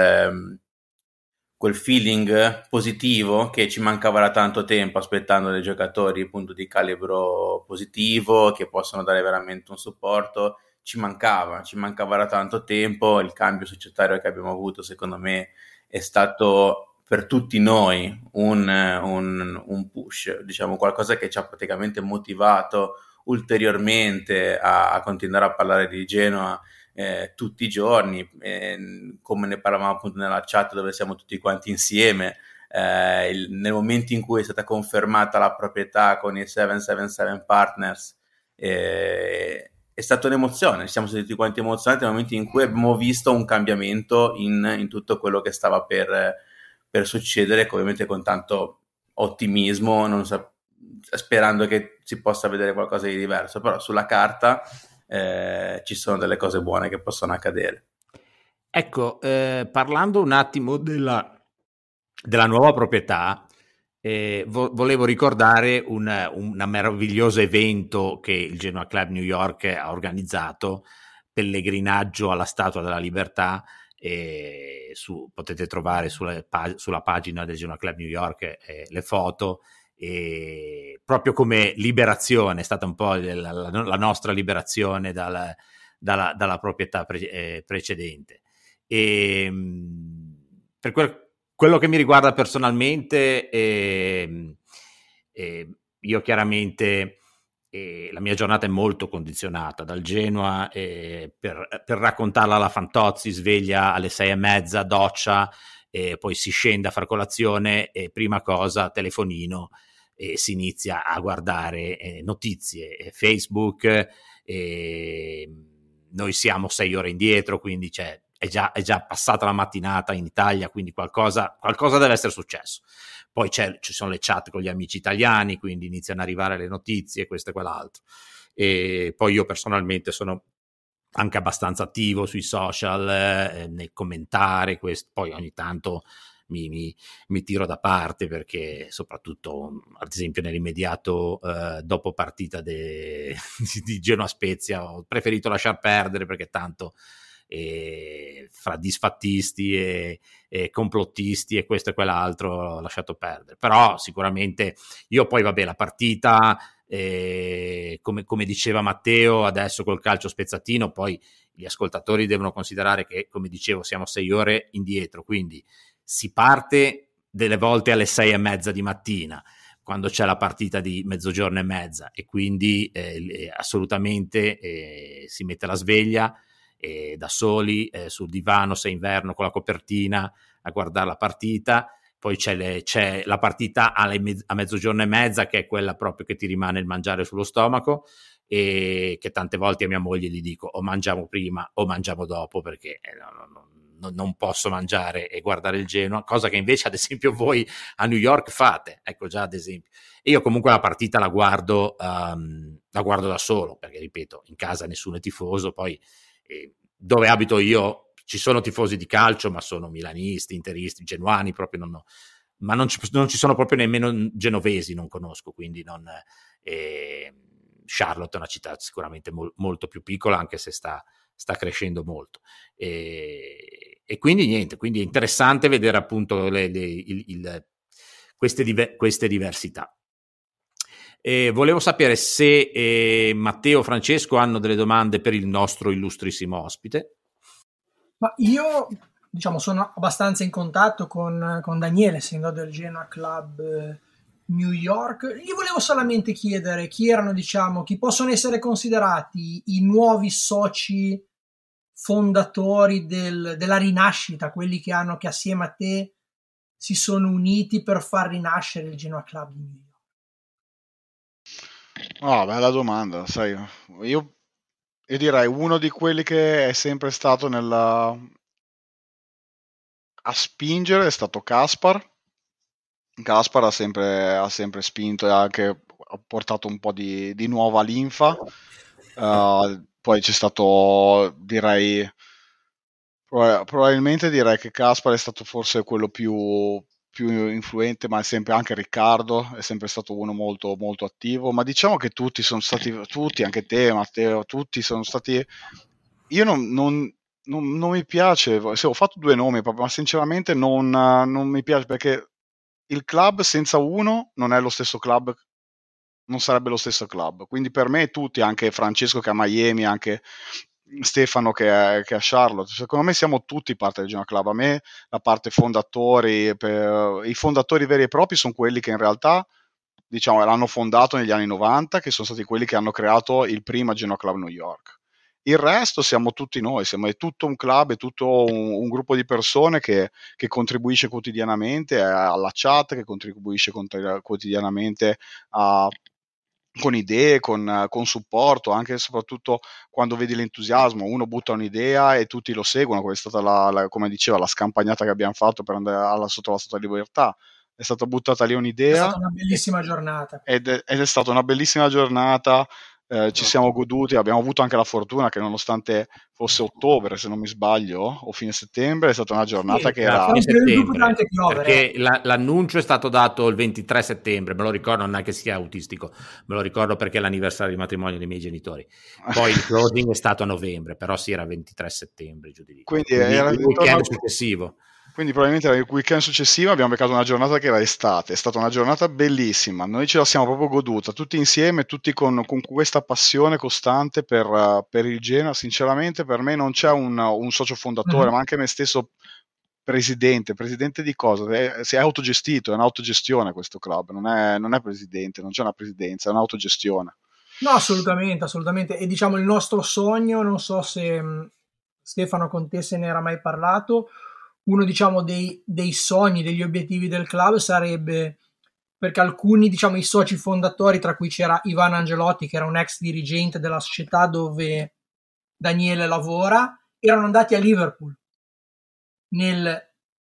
quel feeling positivo che ci mancava da tanto tempo, aspettando dei giocatori appunto di calibro positivo che possono dare veramente un supporto. Ci mancava da tanto tempo. Il cambio societario che abbiamo avuto secondo me è stato per tutti noi un push, diciamo, qualcosa che ci ha praticamente motivato ulteriormente a continuare a parlare di Genoa tutti i giorni, come ne parlavamo appunto nella chat dove siamo tutti quanti insieme. Nel momento in cui è stata confermata la proprietà con i 777 Partners, è stata un'emozione, siamo stati tutti quanti emozionati nel momento in cui abbiamo visto un cambiamento in tutto quello che stava per succedere, ovviamente con tanto ottimismo, sperando che si possa vedere qualcosa di diverso, però sulla carta ci sono delle cose buone che possono accadere.
Ecco, parlando un attimo della nuova proprietà, volevo ricordare un meraviglioso evento che il Genoa Club New York ha organizzato, pellegrinaggio alla Statua della Libertà. Potete trovare sulla pagina del Genoa Club New York le foto, e proprio come liberazione è stata un po' la nostra liberazione dalla proprietà precedente. E per quello che mi riguarda personalmente, io chiaramente la mia giornata è molto condizionata dal Genoa, per raccontarla alla Fantozzi, sveglia alle 6:30, doccia, e poi si scende a far colazione e prima cosa telefonino e si inizia a guardare notizie, Facebook. Noi siamo 6 ore indietro, quindi è già passata la mattinata in Italia, quindi qualcosa deve essere successo. Poi ci sono le chat con gli amici italiani, quindi iniziano ad arrivare le notizie, questo e quell'altro. E poi io personalmente sono anche abbastanza attivo sui social, nel commentare questo. Poi ogni tanto mi tiro da parte, perché soprattutto ad esempio nell'immediato dopo partita di Genoa Spezia ho preferito lasciar perdere, perché tanto fra disfattisti e complottisti e questo e quell'altro ho lasciato perdere. Però sicuramente io poi la partita, come diceva Matteo, adesso col calcio spezzatino, poi gli ascoltatori devono considerare che, come dicevo, siamo 6 ore indietro, quindi si parte delle volte alle 6:30 di mattina, quando c'è la partita di mezzogiorno e mezza, e quindi assolutamente si mette la sveglia da soli sul divano, se è inverno, con la copertina a guardare la partita. Poi c'è la partita a mezzogiorno e mezza, che è quella proprio che ti rimane il mangiare sullo stomaco, e che tante volte a mia moglie gli dico o mangiamo prima o mangiamo dopo, perché non posso mangiare e guardare il Genoa, cosa che invece ad esempio voi a New York fate, ecco, già ad esempio. E io comunque la partita la guardo da solo, perché ripeto, in casa nessuno è tifoso, poi dove abito io ci sono tifosi di calcio, ma sono milanisti, interisti, genuani, proprio ma non ci sono proprio nemmeno genovesi, non conosco, quindi Charlotte è una città sicuramente molto più piccola, anche se sta crescendo molto, e quindi niente, quindi è interessante vedere appunto queste diversità. Volevo sapere se Matteo o Francesco hanno delle domande per il nostro illustrissimo ospite.
Ma io, sono abbastanza in contatto con Daniele, essendo del Genoa Club New York. Gli volevo solamente chiedere chi erano, chi possono essere considerati i nuovi soci fondatori della rinascita, quelli che assieme a te si sono uniti per far rinascere il Genoa Club di New York.
Bella domanda, sai, io direi uno di quelli che è sempre stato a spingere è stato Kaspar. Kaspar ha sempre spinto e ha portato un po' di nuova linfa. Poi c'è stato, direi, probabilmente direi che Kaspar è stato forse quello più influente, ma è sempre anche Riccardo, è sempre stato uno molto, molto attivo. Ma diciamo che tutti, anche te, Matteo, tutti sono stati. Io non mi piace, ho fatto 2 nomi proprio, ma sinceramente non mi piace, perché il club senza uno non è lo stesso club, non sarebbe lo stesso club. Quindi per me tutti, anche Francesco che è a Miami, anche Stefano che è a Charlotte, secondo me siamo tutti parte del Genoa Club. A me la parte fondatori, i fondatori veri e propri sono quelli che in realtà l'hanno fondato negli anni 90, che sono stati quelli che hanno creato il primo Genoa Club New York. Il resto siamo tutti noi, è tutto un club, è tutto un gruppo di persone che contribuisce quotidianamente alla chat, che contribuisce quotidianamente con idee, con supporto, anche e soprattutto quando vedi l'entusiasmo. Uno butta un'idea e tutti lo seguono, come è stata come diceva, la scampagnata che abbiamo fatto per andare sotto la Statua di Libertà. È stata buttata lì un'idea.
È stata una bellissima giornata.
Ed è stata una bellissima giornata. Ci siamo goduti, abbiamo avuto anche la fortuna che, nonostante fosse ottobre, se non mi sbaglio, o fine settembre, è stata una giornata che era
fine settembre, perché l'annuncio è stato dato il 23 settembre, me lo ricordo, non è che sia autistico, me lo ricordo perché è l'anniversario di matrimonio dei miei genitori. Poi il closing è stato a novembre, però sì, era 23 settembre, giù di lì.
Quindi era
il weekend successivo.
Quindi probabilmente il weekend successivo abbiamo beccato una giornata che era estate, è stata una giornata bellissima, noi ce la siamo proprio goduta, tutti insieme, tutti con questa passione costante per il Genoa. Sinceramente per me non c'è un socio fondatore, ma anche me stesso presidente di cosa? Si è autogestito, è un'autogestione questo club, non è presidente, non c'è una presidenza, è un'autogestione.
No, assolutamente, e il nostro sogno, non so se Stefano con te se ne era mai parlato, uno dei sogni, degli obiettivi del club sarebbe, perché alcuni i soci fondatori, tra cui c'era Ivan Angelotti, che era un ex dirigente della società dove Daniele lavora, erano andati a Liverpool nella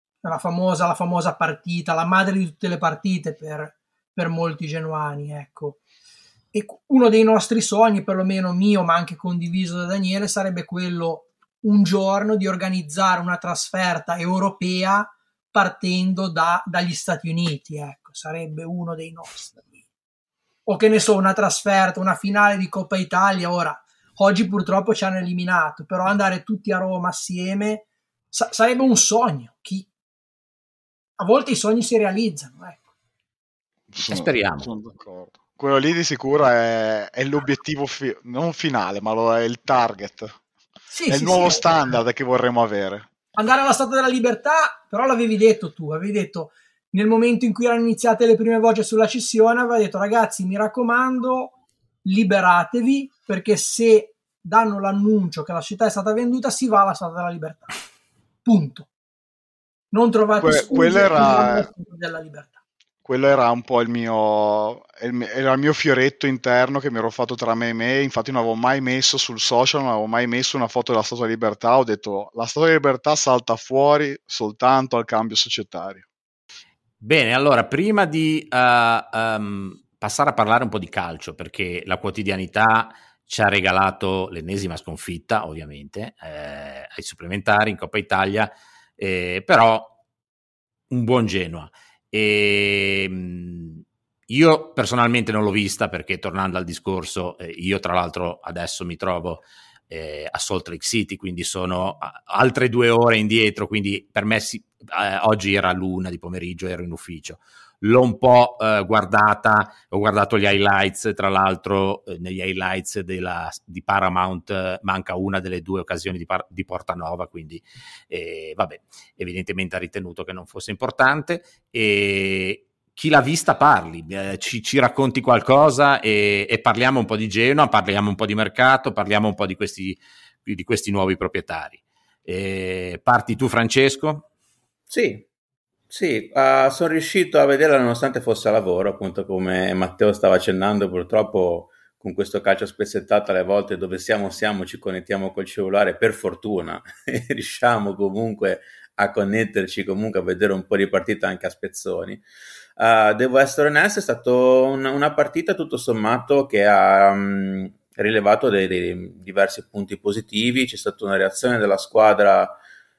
famosa partita, la madre di tutte le partite per molti genuani, ecco. E uno dei nostri sogni, perlomeno mio ma anche condiviso da Daniele, sarebbe quello un giorno di organizzare una trasferta europea partendo dagli Stati Uniti, ecco, sarebbe uno dei nostri. O che ne so, una trasferta, una finale di Coppa Italia. Ora Oggi purtroppo ci hanno eliminato, però andare tutti a Roma assieme sarebbe un sogno. A volte i sogni si realizzano, ecco.
Speriamo.
Sono d'accordo. Quello lì di sicuro è l'obiettivo non finale, ma è il target.
Sì,
è il nuovo standard che vorremmo avere.
Andare alla Statua della Libertà, però l'avevi detto tu, avevi detto nel momento in cui erano iniziate le prime voci sulla scissione, avevi detto ragazzi mi raccomando liberatevi, perché se danno l'annuncio che la città è stata venduta si va alla Statua della Libertà, punto. Non trovate scuse della libertà.
Quello era un po' era il mio fioretto interno che mi ero fatto tra me e me. Infatti non avevo mai messo sul social, non avevo mai messo una foto della Statua della Libertà. Ho detto la Statua della Libertà salta fuori soltanto al cambio societario.
Bene, allora prima di passare a parlare un po' di calcio, perché la quotidianità ci ha regalato l'ennesima sconfitta, ovviamente, ai supplementari in Coppa Italia, però un buon Genoa. Io personalmente non l'ho vista perché, tornando al discorso, io tra l'altro adesso mi trovo a Salt Lake City, quindi sono altre 2 ore indietro, quindi per me oggi era l'1 di pomeriggio, ero in ufficio. L'ho un po' guardata, ho guardato gli highlights, tra l'altro negli highlights di Paramount manca una delle 2 occasioni di Portanova, quindi vabbè, evidentemente ha ritenuto che non fosse importante. E chi l'ha vista parli, ci racconti qualcosa e parliamo un po' di Genoa, parliamo un po' di mercato, parliamo un po' di questi nuovi proprietari. Parti tu, Francesco?
Sì, sono riuscito a vederla nonostante fosse a lavoro, appunto come Matteo stava accennando. Purtroppo con questo calcio spezzettato alle volte dove siamo ci connettiamo col cellulare, per fortuna, e riusciamo comunque a connetterci, comunque a vedere un po' di partita anche a spezzoni. Devo essere onesto, è stata una partita tutto sommato che ha rilevato dei diversi punti positivi. C'è stata una reazione della squadra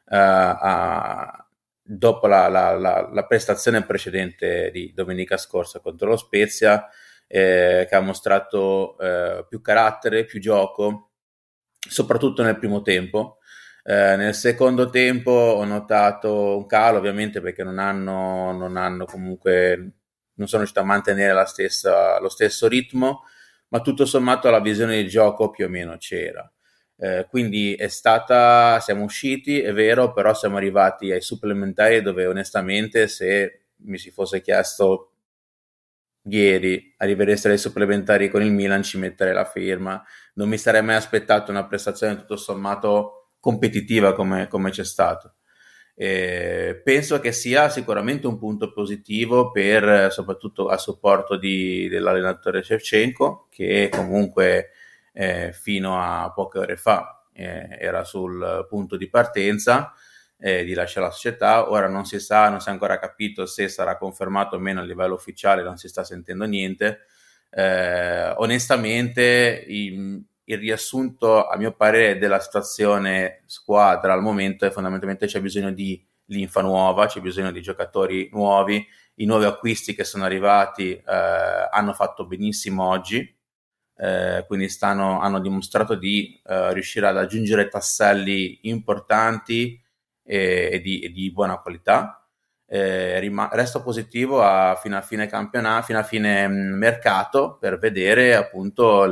dopo la prestazione precedente di domenica scorsa contro lo Spezia, che ha mostrato più carattere, più gioco, soprattutto nel primo tempo. Nel secondo tempo ho notato un calo, ovviamente, perché non hanno comunque, non sono riuscito a mantenere lo stesso ritmo, ma tutto sommato la visione di gioco più o meno c'era. Quindi siamo usciti, è vero, però siamo arrivati ai supplementari dove onestamente, se mi si fosse chiesto ieri arrivereste ai supplementari con il Milan, ci metterei la firma. Non mi sarei mai aspettato una prestazione tutto sommato competitiva come c'è stato. Penso che sia sicuramente un punto positivo soprattutto a supporto dell'allenatore Shevchenko, che comunque fino a poche ore fa era sul punto di partenza di lasciare la società. Ora non si è ancora capito se sarà confermato o meno a livello ufficiale, non si sta sentendo niente. Onestamente il riassunto, a mio parere, della situazione squadra al momento è fondamentalmente c'è bisogno di linfa nuova, c'è bisogno di giocatori nuovi. I nuovi acquisti che sono arrivati hanno fatto benissimo oggi, quindi hanno dimostrato di riuscire ad aggiungere tasselli importanti e di buona qualità. Resto positivo fino a fine campionato, fino a fine mercato, per vedere appunto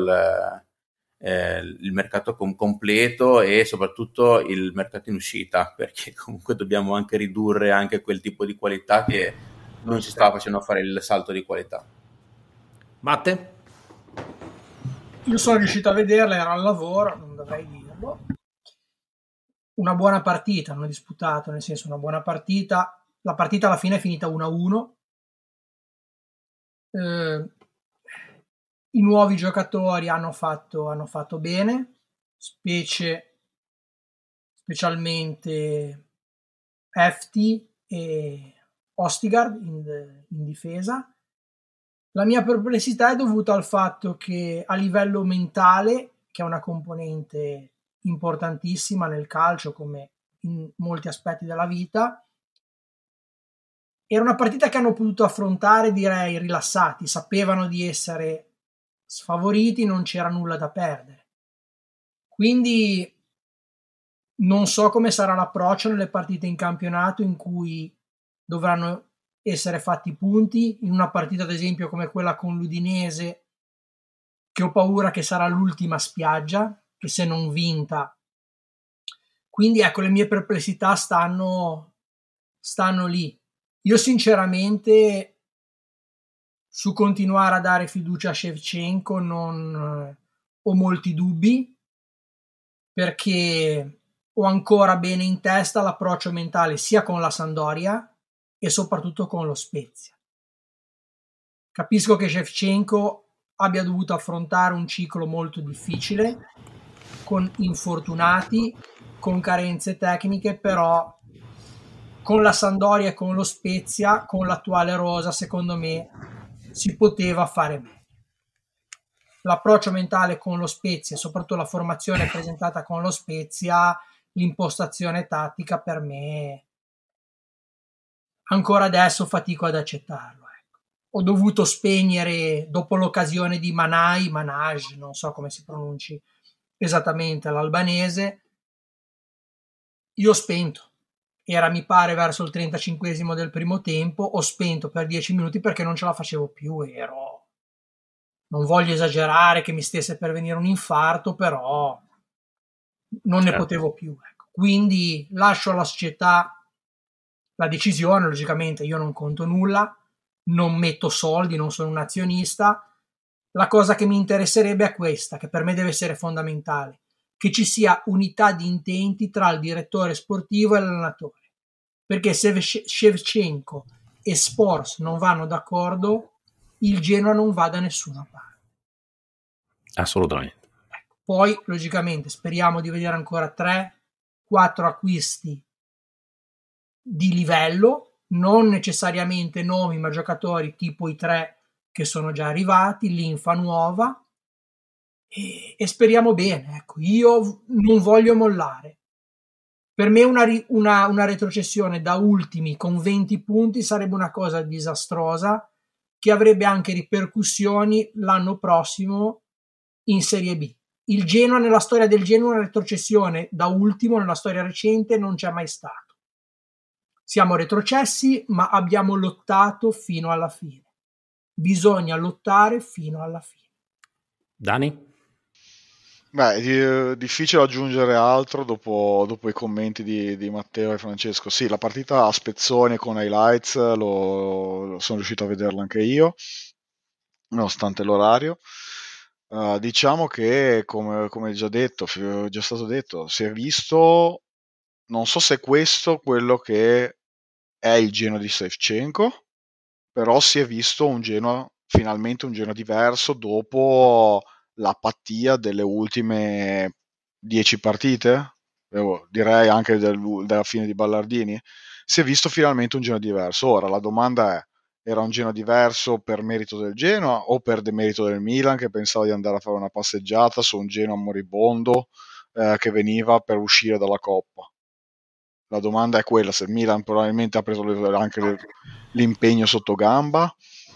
il mercato completo e soprattutto il mercato in uscita, perché comunque dobbiamo anche ridurre anche quel tipo di qualità che non ci stava facendo fare il salto di qualità.
Matte?
Io sono riuscito a vederla, ero al lavoro, non dovrei dirlo. Una buona partita, hanno disputato, nel senso una buona partita. La partita alla fine è finita 1-1. I nuovi giocatori hanno fatto bene, specialmente Efti e Ostigard in difesa. La mia perplessità è dovuta al fatto che a livello mentale, che è una componente importantissima nel calcio come in molti aspetti della vita, era una partita che hanno potuto affrontare, direi, rilassati, sapevano di essere sfavoriti, non c'era nulla da perdere. Quindi non so come sarà l'approccio nelle partite in campionato in cui dovranno essere fatti punti, in una partita ad esempio come quella con l'Udinese, che ho paura che sarà l'ultima spiaggia, che se non vinta. Quindi ecco, le mie perplessità stanno lì. Io sinceramente su continuare a dare fiducia a Shevchenko non ho molti dubbi, perché ho ancora bene in testa l'approccio mentale sia con la Sampdoria e soprattutto con lo Spezia. Capisco che Shevchenko abbia dovuto affrontare un ciclo molto difficile, con infortunati, con carenze tecniche, però con la Sampdoria e con lo Spezia, con l'attuale rosa, secondo me si poteva fare meglio. L'approccio mentale con lo Spezia, soprattutto la formazione presentata con lo Spezia, l'impostazione tattica, per me ancora adesso fatico ad accettarlo. Ecco. Ho dovuto spegnere dopo l'occasione di Manage, non so come si pronunci esattamente l'albanese. Io ho spento. Era mi pare verso il 35esimo del primo tempo, ho spento per 10 minuti perché non ce la facevo più, non voglio esagerare che mi stesse per venire un infarto, però non ne potevo più. Ecco. Quindi lascio alla società la decisione, logicamente io non conto nulla, non metto soldi, non sono un azionista. La cosa che mi interesserebbe è questa, che per me deve essere fondamentale, che ci sia unità di intenti tra il direttore sportivo e l'allenatore. Perché se Shevchenko e Spors non vanno d'accordo, il Genoa non va da nessuna parte.
Assolutamente.
Poi, logicamente, speriamo di vedere ancora 3-4 acquisti di livello, non necessariamente nomi, ma giocatori tipo i 3 che sono già arrivati, linfa nuova, e speriamo bene. Ecco, io non voglio mollare. Per me una retrocessione da ultimi con 20 punti sarebbe una cosa disastrosa, che avrebbe anche ripercussioni l'anno prossimo in Serie B. Il Genoa, nella storia del Genoa, una retrocessione da ultimo nella storia recente non c'è mai stato. Siamo retrocessi, ma abbiamo lottato fino alla fine. Bisogna lottare fino alla fine.
Dani?
Beh, è difficile aggiungere altro dopo i commenti di Matteo e Francesco. Sì, la partita a spezzone con highlights sono riuscito a vederla anche io, nonostante l'orario. Diciamo che, come già stato detto, si è visto, non so se questo quello che è il Genoa di Shevchenko, però si è visto finalmente un Genoa diverso dopo l'apatia delle ultime 10 partite, direi anche della fine di Ballardini. Si è visto finalmente un Genoa diverso. Ora la domanda è: era un Genoa diverso per merito del Genoa o per demerito del Milan, che pensava di andare a fare una passeggiata su un Genoa moribondo che veniva per uscire dalla Coppa? La domanda è quella: se il Milan probabilmente ha preso anche l'impegno sotto gamba.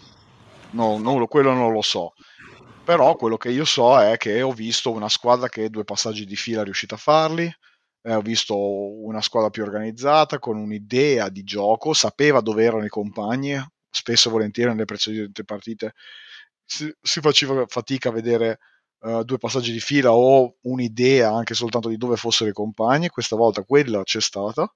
No, quello non lo so. Però quello che io so è che ho visto una squadra che 2 passaggi di fila è riuscita a farli, ho visto una squadra più organizzata, con un'idea di gioco, sapeva dove erano i compagni. Spesso e volentieri nelle precedenti partite si faceva fatica a vedere 2 passaggi di fila o un'idea anche soltanto di dove fossero i compagni. Questa volta quella c'è stata.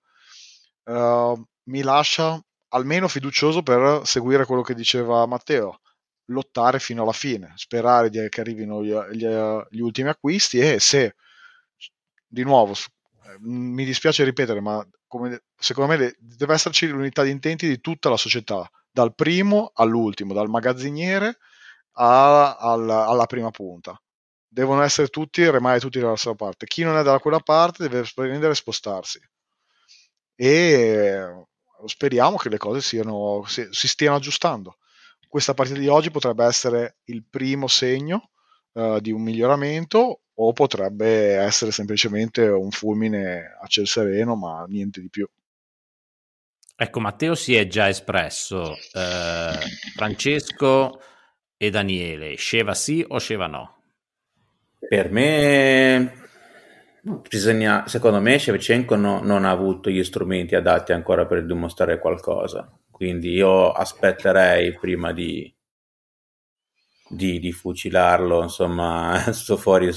Mi lascia almeno fiducioso per seguire quello che diceva Matteo: lottare fino alla fine, sperare che arrivino gli ultimi acquisti, e se, di nuovo, mi dispiace ripetere, ma secondo me deve esserci l'unità di intenti di tutta la società, dal primo all'ultimo, dal magazziniere alla prima punta. Devono essere remare tutti dalla stessa parte. Chi non è da quella parte deve prendere e spostarsi, e speriamo che le cose si stiano aggiustando. Questa partita di oggi potrebbe essere il primo segno di un miglioramento, o potrebbe essere semplicemente un fulmine a ciel sereno, ma niente di più.
Ecco, Matteo si è già espresso. Francesco e Daniele, Sheva sì o Sheva no?
Per me Secondo me Shevchenko non ha avuto gli strumenti adatti ancora per dimostrare qualcosa, quindi io aspetterei prima di fucilarlo, insomma, fuori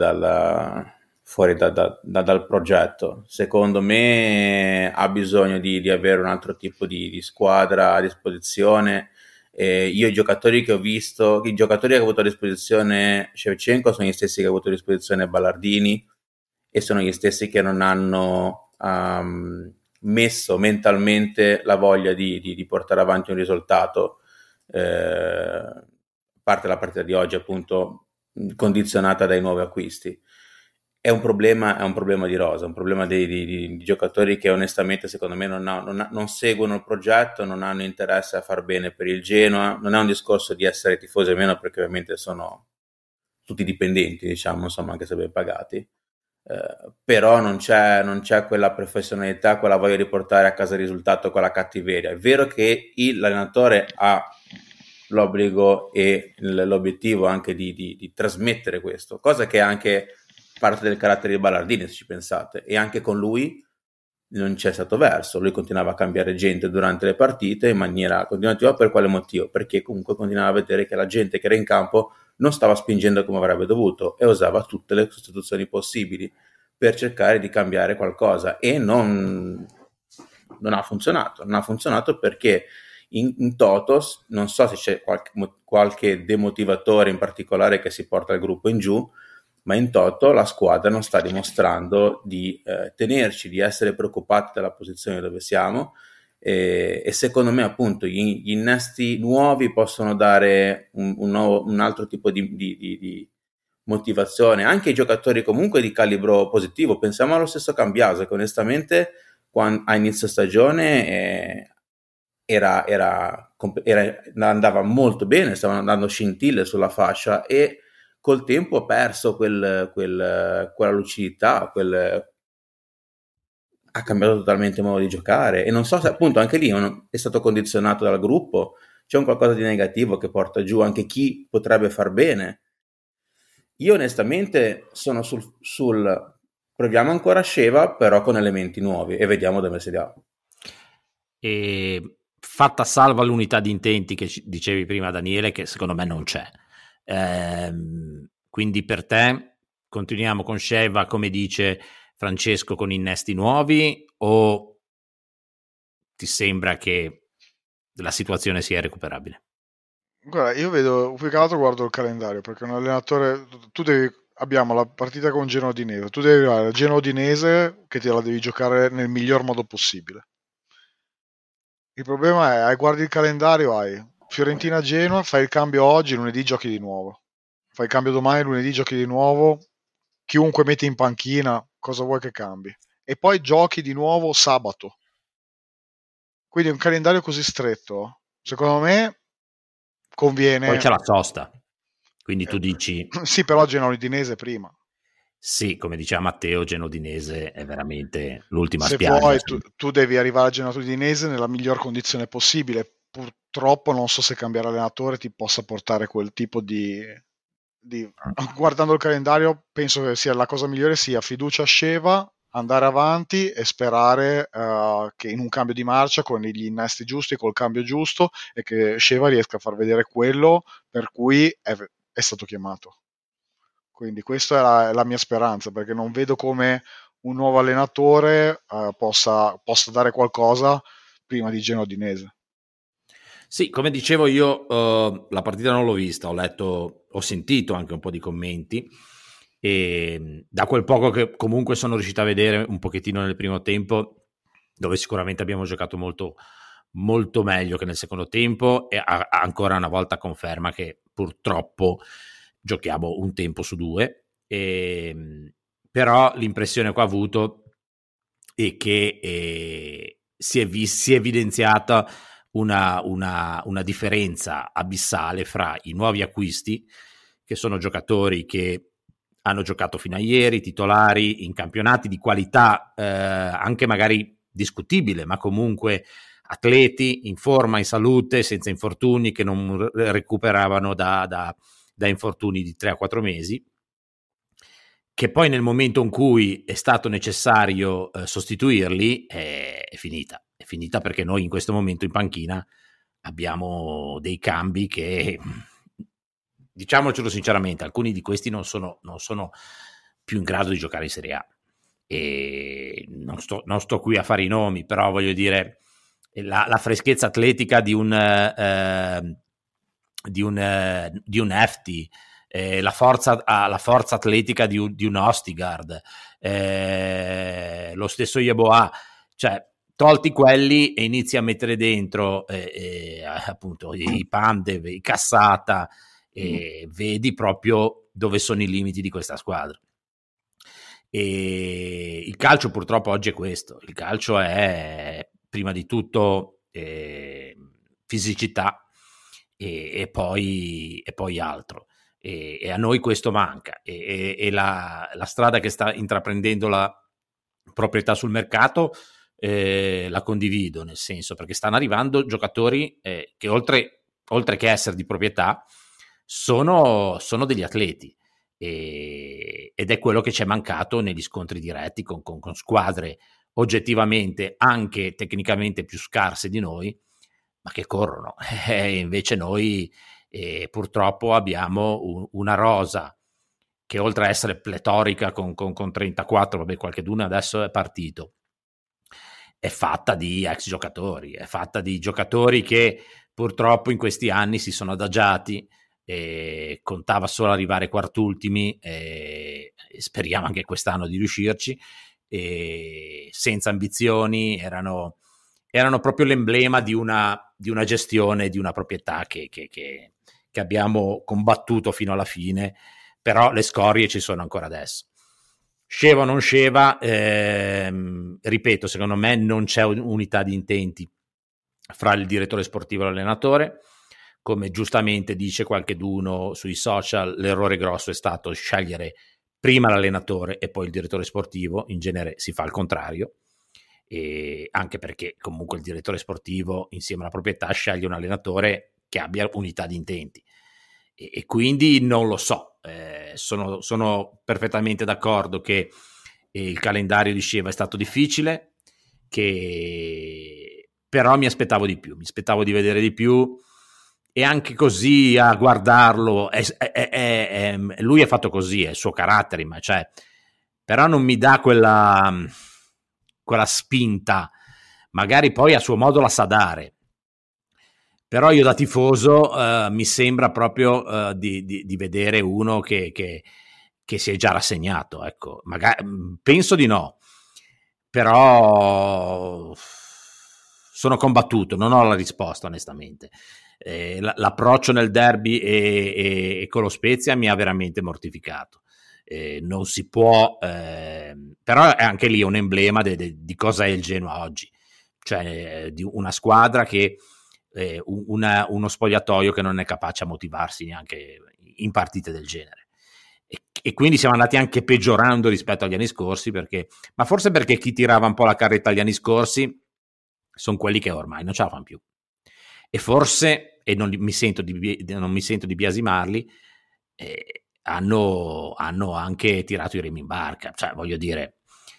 dal progetto. Secondo me ha bisogno di avere un altro tipo di squadra a disposizione. Io i giocatori che ho visto, i giocatori che ha avuto a disposizione Shevchenko sono gli stessi che ha avuto a disposizione Ballardini, e sono gli stessi che non hanno messo mentalmente la voglia di portare avanti un risultato, a parte la partita di oggi appunto condizionata dai nuovi acquisti. È un problema di rosa, un problema di giocatori che onestamente secondo me non seguono il progetto, non hanno interesse a far bene per il Genoa. Non è un discorso di essere tifosi o meno, perché ovviamente sono tutti dipendenti, diciamo, insomma, anche se ben pagati. Però non c'è quella professionalità, quella voglia di portare a casa il risultato, quella cattiveria. È vero che l'allenatore ha l'obbligo e l'obiettivo anche di trasmettere questo, cosa che è anche parte del carattere di Ballardini, se ci pensate, e anche con lui non c'è stato verso. Lui continuava a cambiare gente durante le partite in maniera continuativa. Per quale motivo? Perché comunque continuava a vedere che la gente che era in campo non stava spingendo come avrebbe dovuto e usava tutte le sostituzioni possibili per cercare di cambiare qualcosa, e non ha funzionato perché in Totos, non so se c'è qualche demotivatore in particolare che si porta il gruppo in giù, ma in toto la squadra non sta dimostrando di tenerci, di essere preoccupati dalla posizione dove siamo, e secondo me appunto gli innesti nuovi possono dare un altro tipo di motivazione anche ai giocatori comunque di calibro positivo. Pensiamo allo stesso Cambiaso, che onestamente a inizio stagione andava molto bene, stavano andando scintille sulla fascia, e col tempo ha perso quella lucidità, ha cambiato totalmente modo di giocare, e non so se appunto anche lì è stato condizionato dal gruppo. C'è un qualcosa di negativo che porta giù anche chi potrebbe far bene. Io onestamente sono sul proviamo ancora Sheva, però con elementi nuovi, e vediamo dove si dà.
E fatta salva l'unità di intenti che dicevi prima, Daniele, che secondo me non c'è. Quindi per te continuiamo con Sheva, come dice Francesco, con innesti nuovi, o ti sembra che la situazione sia recuperabile?
Guarda, io vedo, più che altro guardo il calendario, perché un allenatore, abbiamo la partita con Genoa Udinese, tu devi arrivare a Genoa Udinese che te la devi giocare nel miglior modo possibile. Il problema è, guardi il calendario, hai Fiorentina Genoa, fai il cambio oggi, lunedì giochi di nuovo. Fai il cambio domani, lunedì giochi di nuovo. Chiunque metti in panchina, cosa vuoi che cambi? E poi giochi di nuovo sabato. Quindi un calendario così stretto, secondo me, conviene.
Poi c'è la sosta, quindi tu dici...
Sì, però Genoa Udinese prima.
Sì, come diceva Matteo, Genoa Udinese è veramente l'ultima
Se
spiaggia.
vuoi, tu devi arrivare a Genoa Udinese nella miglior condizione possibile. Purtroppo non so se cambiare allenatore ti possa portare quel tipo di... Guardando il calendario, penso che sia la cosa migliore sia fiducia a Sheva, andare avanti e sperare che in un cambio di marcia, con gli innesti giusti, col cambio giusto, e che Sheva riesca a far vedere quello per cui è stato chiamato. Quindi questa è la mia speranza, perché non vedo come un nuovo allenatore possa dare qualcosa prima di Genoa Udinese.
Sì, come dicevo io, la partita non l'ho vista, ho sentito anche un po' di commenti, e da quel poco che comunque sono riuscito a vedere un pochettino nel primo tempo, dove sicuramente abbiamo giocato molto, molto meglio che nel secondo tempo, e ancora una volta conferma che purtroppo giochiamo un tempo su due, però l'impressione che ho avuto è che si è evidenziata una differenza abissale fra i nuovi acquisti, che sono giocatori che hanno giocato fino a ieri, titolari in campionati di qualità anche magari discutibile, ma comunque atleti in forma, in salute, senza infortuni, che non recuperavano da infortuni di 3 a 4 mesi, che poi nel momento in cui è stato necessario sostituirli è finita perché noi in questo momento in panchina abbiamo dei cambi che, diciamocelo sinceramente, alcuni di questi non sono più in grado di giocare in Serie A, e non sto qui a fare i nomi, però voglio dire la freschezza atletica di un Efti, la forza atletica di un Ostigard, lo stesso Yeboah, cioè tolti quelli e inizi a mettere dentro appunto i Pandev, i Cassata, e vedi proprio dove sono i limiti di questa squadra. E il calcio purtroppo oggi è questo, il calcio è prima di tutto fisicità e poi altro, e a noi questo manca, e la strada che sta intraprendendo la proprietà sul mercato la condivido, nel senso, perché stanno arrivando giocatori che oltre che essere di proprietà sono degli atleti, ed è quello che ci è mancato negli scontri diretti con squadre oggettivamente anche tecnicamente più scarse di noi, ma che corrono. Invece noi purtroppo abbiamo una rosa che, oltre a essere pletorica con 34, vabbè, qualcheduno adesso è partito, è fatta di ex giocatori, è fatta di giocatori che purtroppo in questi anni si sono adagiati, contava solo arrivare quartultimi, e speriamo anche quest'anno di riuscirci, senza ambizioni, erano proprio l'emblema di una gestione, di una proprietà che abbiamo combattuto fino alla fine, però le scorie ci sono ancora adesso. Sceva o non sceva, ripeto, secondo me non c'è unità di intenti fra il direttore sportivo e l'allenatore. Come giustamente dice qualcheduno sui social, l'errore grosso è stato scegliere prima l'allenatore e poi il direttore sportivo. In genere si fa il contrario, e anche perché comunque il direttore sportivo insieme alla proprietà sceglie un allenatore che abbia unità di intenti, e quindi non lo so, sono perfettamente d'accordo che il calendario di Sceva è stato difficile, che però mi aspettavo di più, mi aspettavo di vedere di più, e anche così a guardarlo lui è fatto così, è il suo carattere, ma cioè, però non mi dà quella spinta, magari poi a suo modo la sa dare, però io da tifoso mi sembra proprio di vedere uno che si è già rassegnato, ecco. Magari, penso di no, però sono combattuto, non ho la risposta onestamente. L'approccio nel derby e con lo Spezia mi ha veramente mortificato. Non si può, però è anche lì un emblema di cosa è il Genoa oggi, cioè di una squadra che uno spogliatoio che non è capace a motivarsi neanche in partite del genere, e quindi siamo andati anche peggiorando rispetto agli anni scorsi, ma forse perché chi tirava un po' la carretta agli anni scorsi sono quelli che ormai non ce la fanno più, e forse, e non mi sento di biasimarli, hanno anche tirato i remi in barca, cioè voglio dire,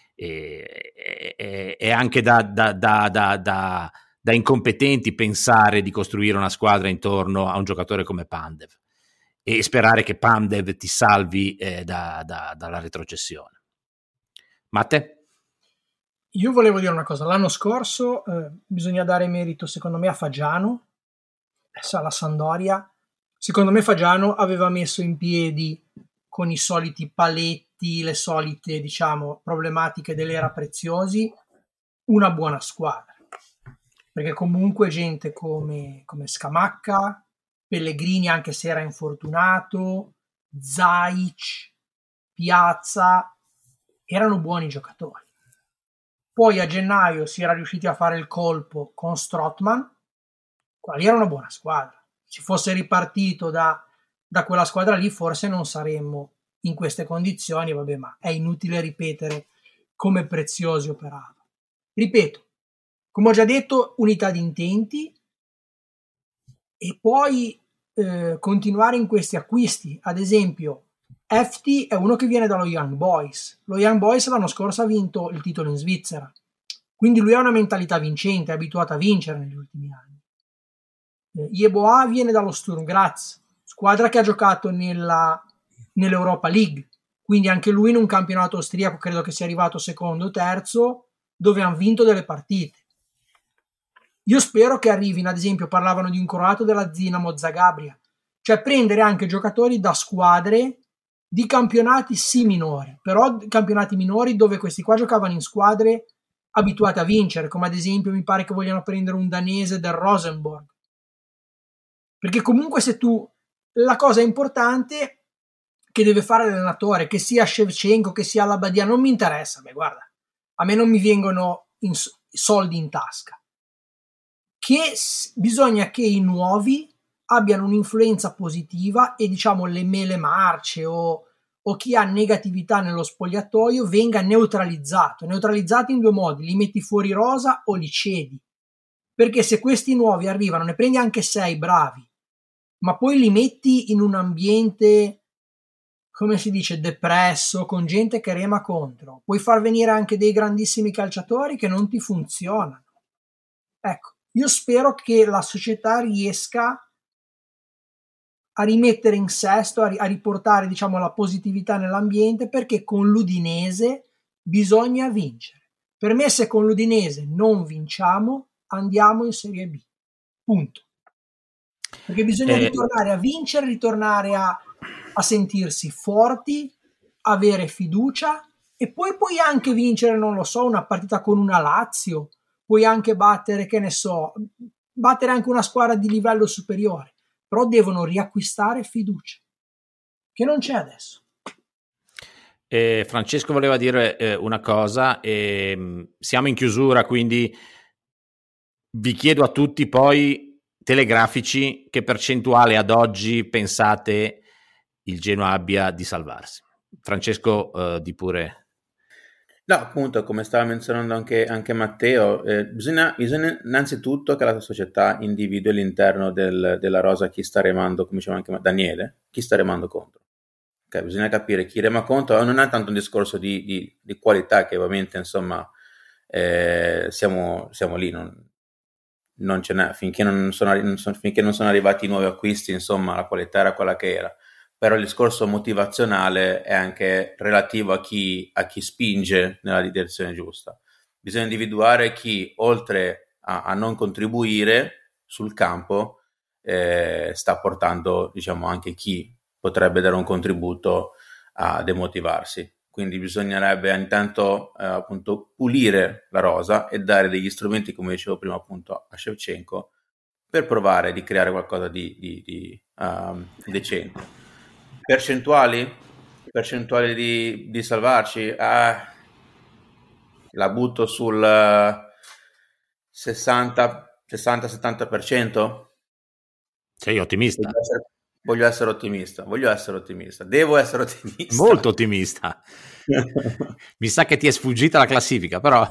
è anche da incompetenti pensare di costruire una squadra intorno a un giocatore come Pandev e sperare che Pandev ti salvi dalla retrocessione. Matte?
Io volevo dire una cosa, l'anno scorso bisogna dare merito secondo me a Fagiano, alla Sampdoria. Secondo me Fagiano aveva messo in piedi, con i soliti paletti, le solite diciamo problematiche dell'era Preziosi, una buona squadra, perché comunque gente come Scamacca, Pellegrini anche se era infortunato, Zaic, Piazza, erano buoni giocatori. Poi a gennaio si era riusciti a fare il colpo con Strootman, quali era una buona squadra. Se fosse ripartito da quella squadra lì forse non saremmo in queste condizioni, vabbè, ma è inutile ripetere come Preziosi operava. Ripeto, come ho già detto, unità di intenti, e poi continuare in questi acquisti. Ad esempio Efti è uno che viene dallo Young Boys. Lo Young Boys l'anno scorso ha vinto il titolo in Svizzera. Quindi lui ha una mentalità vincente, è abituato a vincere negli ultimi anni. Yeboah viene dallo Sturm Graz, squadra che ha giocato nell'Europa League. Quindi anche lui in un campionato austriaco credo che sia arrivato secondo o terzo, dove hanno vinto delle partite. Io spero che arrivino, ad esempio parlavano di un croato della Dinamo Zagabria, cioè prendere anche giocatori da squadre di campionati sì minori, però campionati minori dove questi qua giocavano in squadre abituate a vincere, come ad esempio mi pare che vogliano prendere un danese del Rosenborg, perché comunque la cosa importante che deve fare l'allenatore, che sia Shevchenko, che sia Labbadia, non mi interessa, guarda, a me non mi vengono soldi in tasca, che bisogna che i nuovi abbiano un'influenza positiva e diciamo le mele marce o chi ha negatività nello spogliatoio venga neutralizzato in due modi: li metti fuori rosa o li cedi, perché se questi nuovi arrivano, ne prendi anche 6 bravi, ma poi li metti in un ambiente, come si dice, depresso, con gente che rema contro, puoi far venire anche dei grandissimi calciatori che non ti funzionano. Ecco, io spero che la società riesca a rimettere in sesto, a riportare diciamo la positività nell'ambiente, perché con l'Udinese bisogna vincere. Per me se con l'Udinese non vinciamo andiamo in Serie B, punto, perché bisogna ritornare a vincere, ritornare a sentirsi forti, avere fiducia, e poi puoi anche vincere, non lo so, una partita con una Lazio, puoi anche battere, che ne so, battere anche una squadra di livello superiore, però devono riacquistare fiducia, che non c'è adesso.
Francesco voleva dire una cosa, siamo in chiusura, quindi vi chiedo a tutti poi telegrafici che percentuale ad oggi pensate il Genoa abbia di salvarsi. Francesco, di pure.
No, appunto, come stava menzionando anche Matteo, bisogna innanzitutto che la società individui all'interno della rosa chi sta remando, come diceva anche Daniele, chi sta remando contro. Okay, bisogna capire chi rema contro, non è tanto un discorso di qualità, che ovviamente insomma siamo lì, non ce n'è, finché non sono arrivati i nuovi acquisti, insomma la qualità era quella che era. Però il discorso motivazionale è anche relativo a chi spinge nella direzione giusta. Bisogna individuare chi, oltre a non contribuire sul campo, sta portando, diciamo, anche chi potrebbe dare un contributo a demotivarsi. Quindi bisognerebbe intanto appunto pulire la rosa e dare degli strumenti, come dicevo prima, appunto a Shevchenko, per provare di creare qualcosa di decente. Percentuali di salvarci, la butto sul 60-70%.
Sei ottimista?
Voglio essere ottimista. Devo essere ottimista.
Molto ottimista. Mi sa che ti è sfuggita la classifica, però.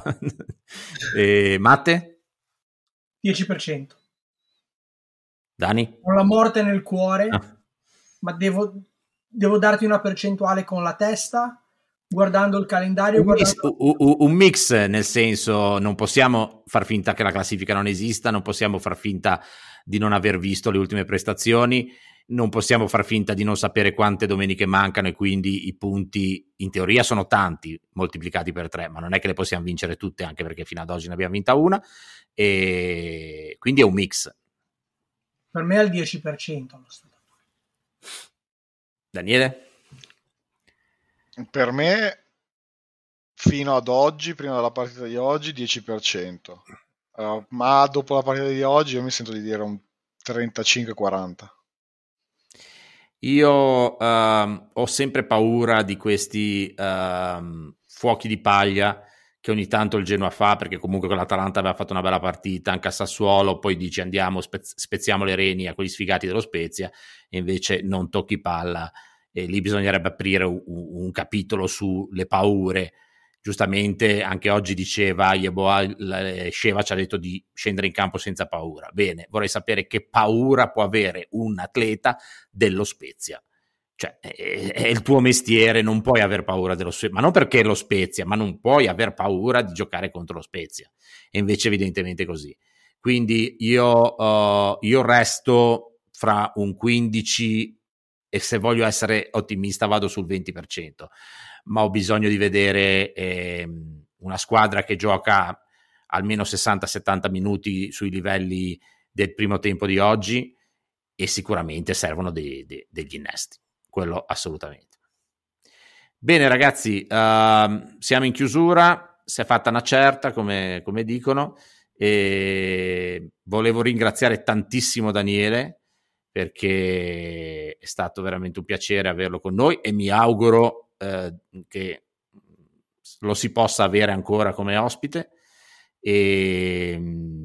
Matte?
10%.
Dani?
Ho la morte nel cuore, ma devo darti una percentuale con la testa, guardando il calendario.
Un mix, nel senso, non possiamo far finta che la classifica non esista, non possiamo far finta di non aver visto le ultime prestazioni, non possiamo far finta di non sapere quante domeniche mancano, e quindi i punti in teoria sono tanti, moltiplicati per 3, ma non è che le possiamo vincere tutte, anche perché fino ad oggi ne abbiamo vinta una, e quindi è un mix.
Per me è al 10% allo stato.
Daniele?
Per me, fino ad oggi, prima della partita di oggi, 10%. Ma dopo la partita di oggi io mi sento di dire un 35-40.
Io ho sempre paura di questi fuochi di paglia che ogni tanto il Genoa fa, perché comunque con l'Atalanta aveva fatto una bella partita, anche a Sassuolo, poi dici andiamo, spezziamo le reni a quegli sfigati dello Spezia, e invece non tocchi palla, e lì bisognerebbe aprire un capitolo sulle paure. Giustamente anche oggi diceva Yeboah, Sheva ci ha detto di scendere in campo senza paura. Bene, vorrei sapere che paura può avere un atleta dello Spezia. Cioè, è il tuo mestiere, non puoi aver paura dello Spezia, ma non perché è lo Spezia, ma non puoi aver paura di giocare contro lo Spezia. E invece evidentemente è così. Quindi io resto fra un 15 e, se voglio essere ottimista, vado sul 20%, ma ho bisogno di vedere una squadra che gioca almeno 60-70 minuti sui livelli del primo tempo di oggi, e sicuramente servono degli innesti, quello assolutamente. Bene ragazzi, siamo in chiusura, si è fatta una certa, come dicono, e volevo ringraziare tantissimo Daniele, perché è stato veramente un piacere averlo con noi, e mi auguro che lo si possa avere ancora come ospite. E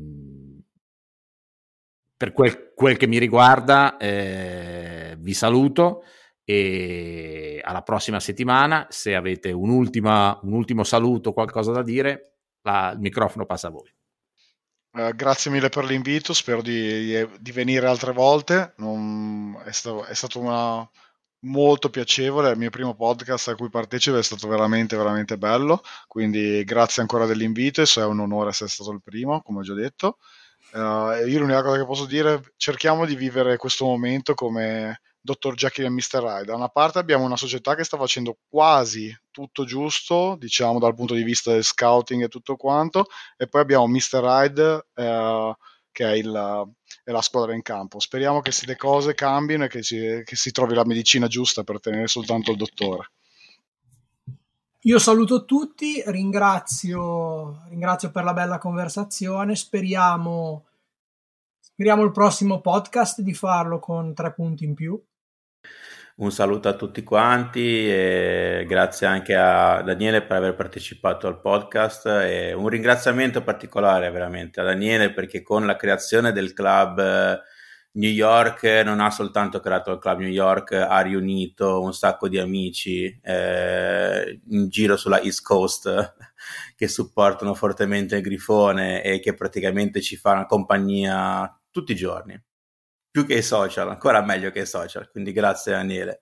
per quel che mi riguarda vi saluto e alla prossima settimana. Se avete un ultimo saluto, qualcosa da dire, il microfono passa a voi.
Grazie mille per l'invito, spero di venire altre volte. È stato molto piacevole, è il mio primo podcast a cui partecipo, è stato veramente veramente bello, quindi grazie ancora dell'invito, e è un onore essere stato il primo, come ho già detto. Io l'unica cosa che posso dire, cerchiamo di vivere questo momento come Dr. Jekyll e Mr. Hyde. Da una parte abbiamo una società che sta facendo quasi tutto giusto, diciamo dal punto di vista del scouting e tutto quanto, e poi abbiamo Mr. Hyde che è la squadra in campo. Speriamo che le cose cambino e che si trovi la medicina giusta per tenere soltanto il dottore.
Io saluto tutti, ringrazio per la bella conversazione, speriamo il prossimo podcast di farlo con 3 punti in più.
Un saluto a tutti quanti e grazie anche a Daniele per aver partecipato al podcast, e un ringraziamento particolare veramente a Daniele, perché con la creazione del club New York non ha soltanto creato il club New York, ha riunito un sacco di amici in giro sulla East Coast che supportano fortemente il Grifone e che praticamente ci fanno compagnia tutti i giorni, più che i social, ancora meglio che i social, quindi grazie Daniele.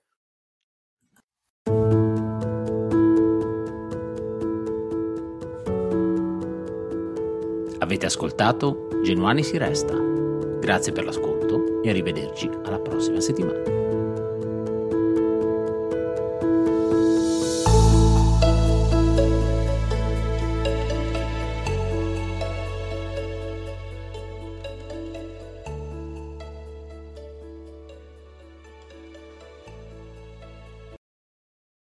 Avete ascoltato Genuani si resta. Grazie per l'ascolto e arrivederci alla prossima settimana.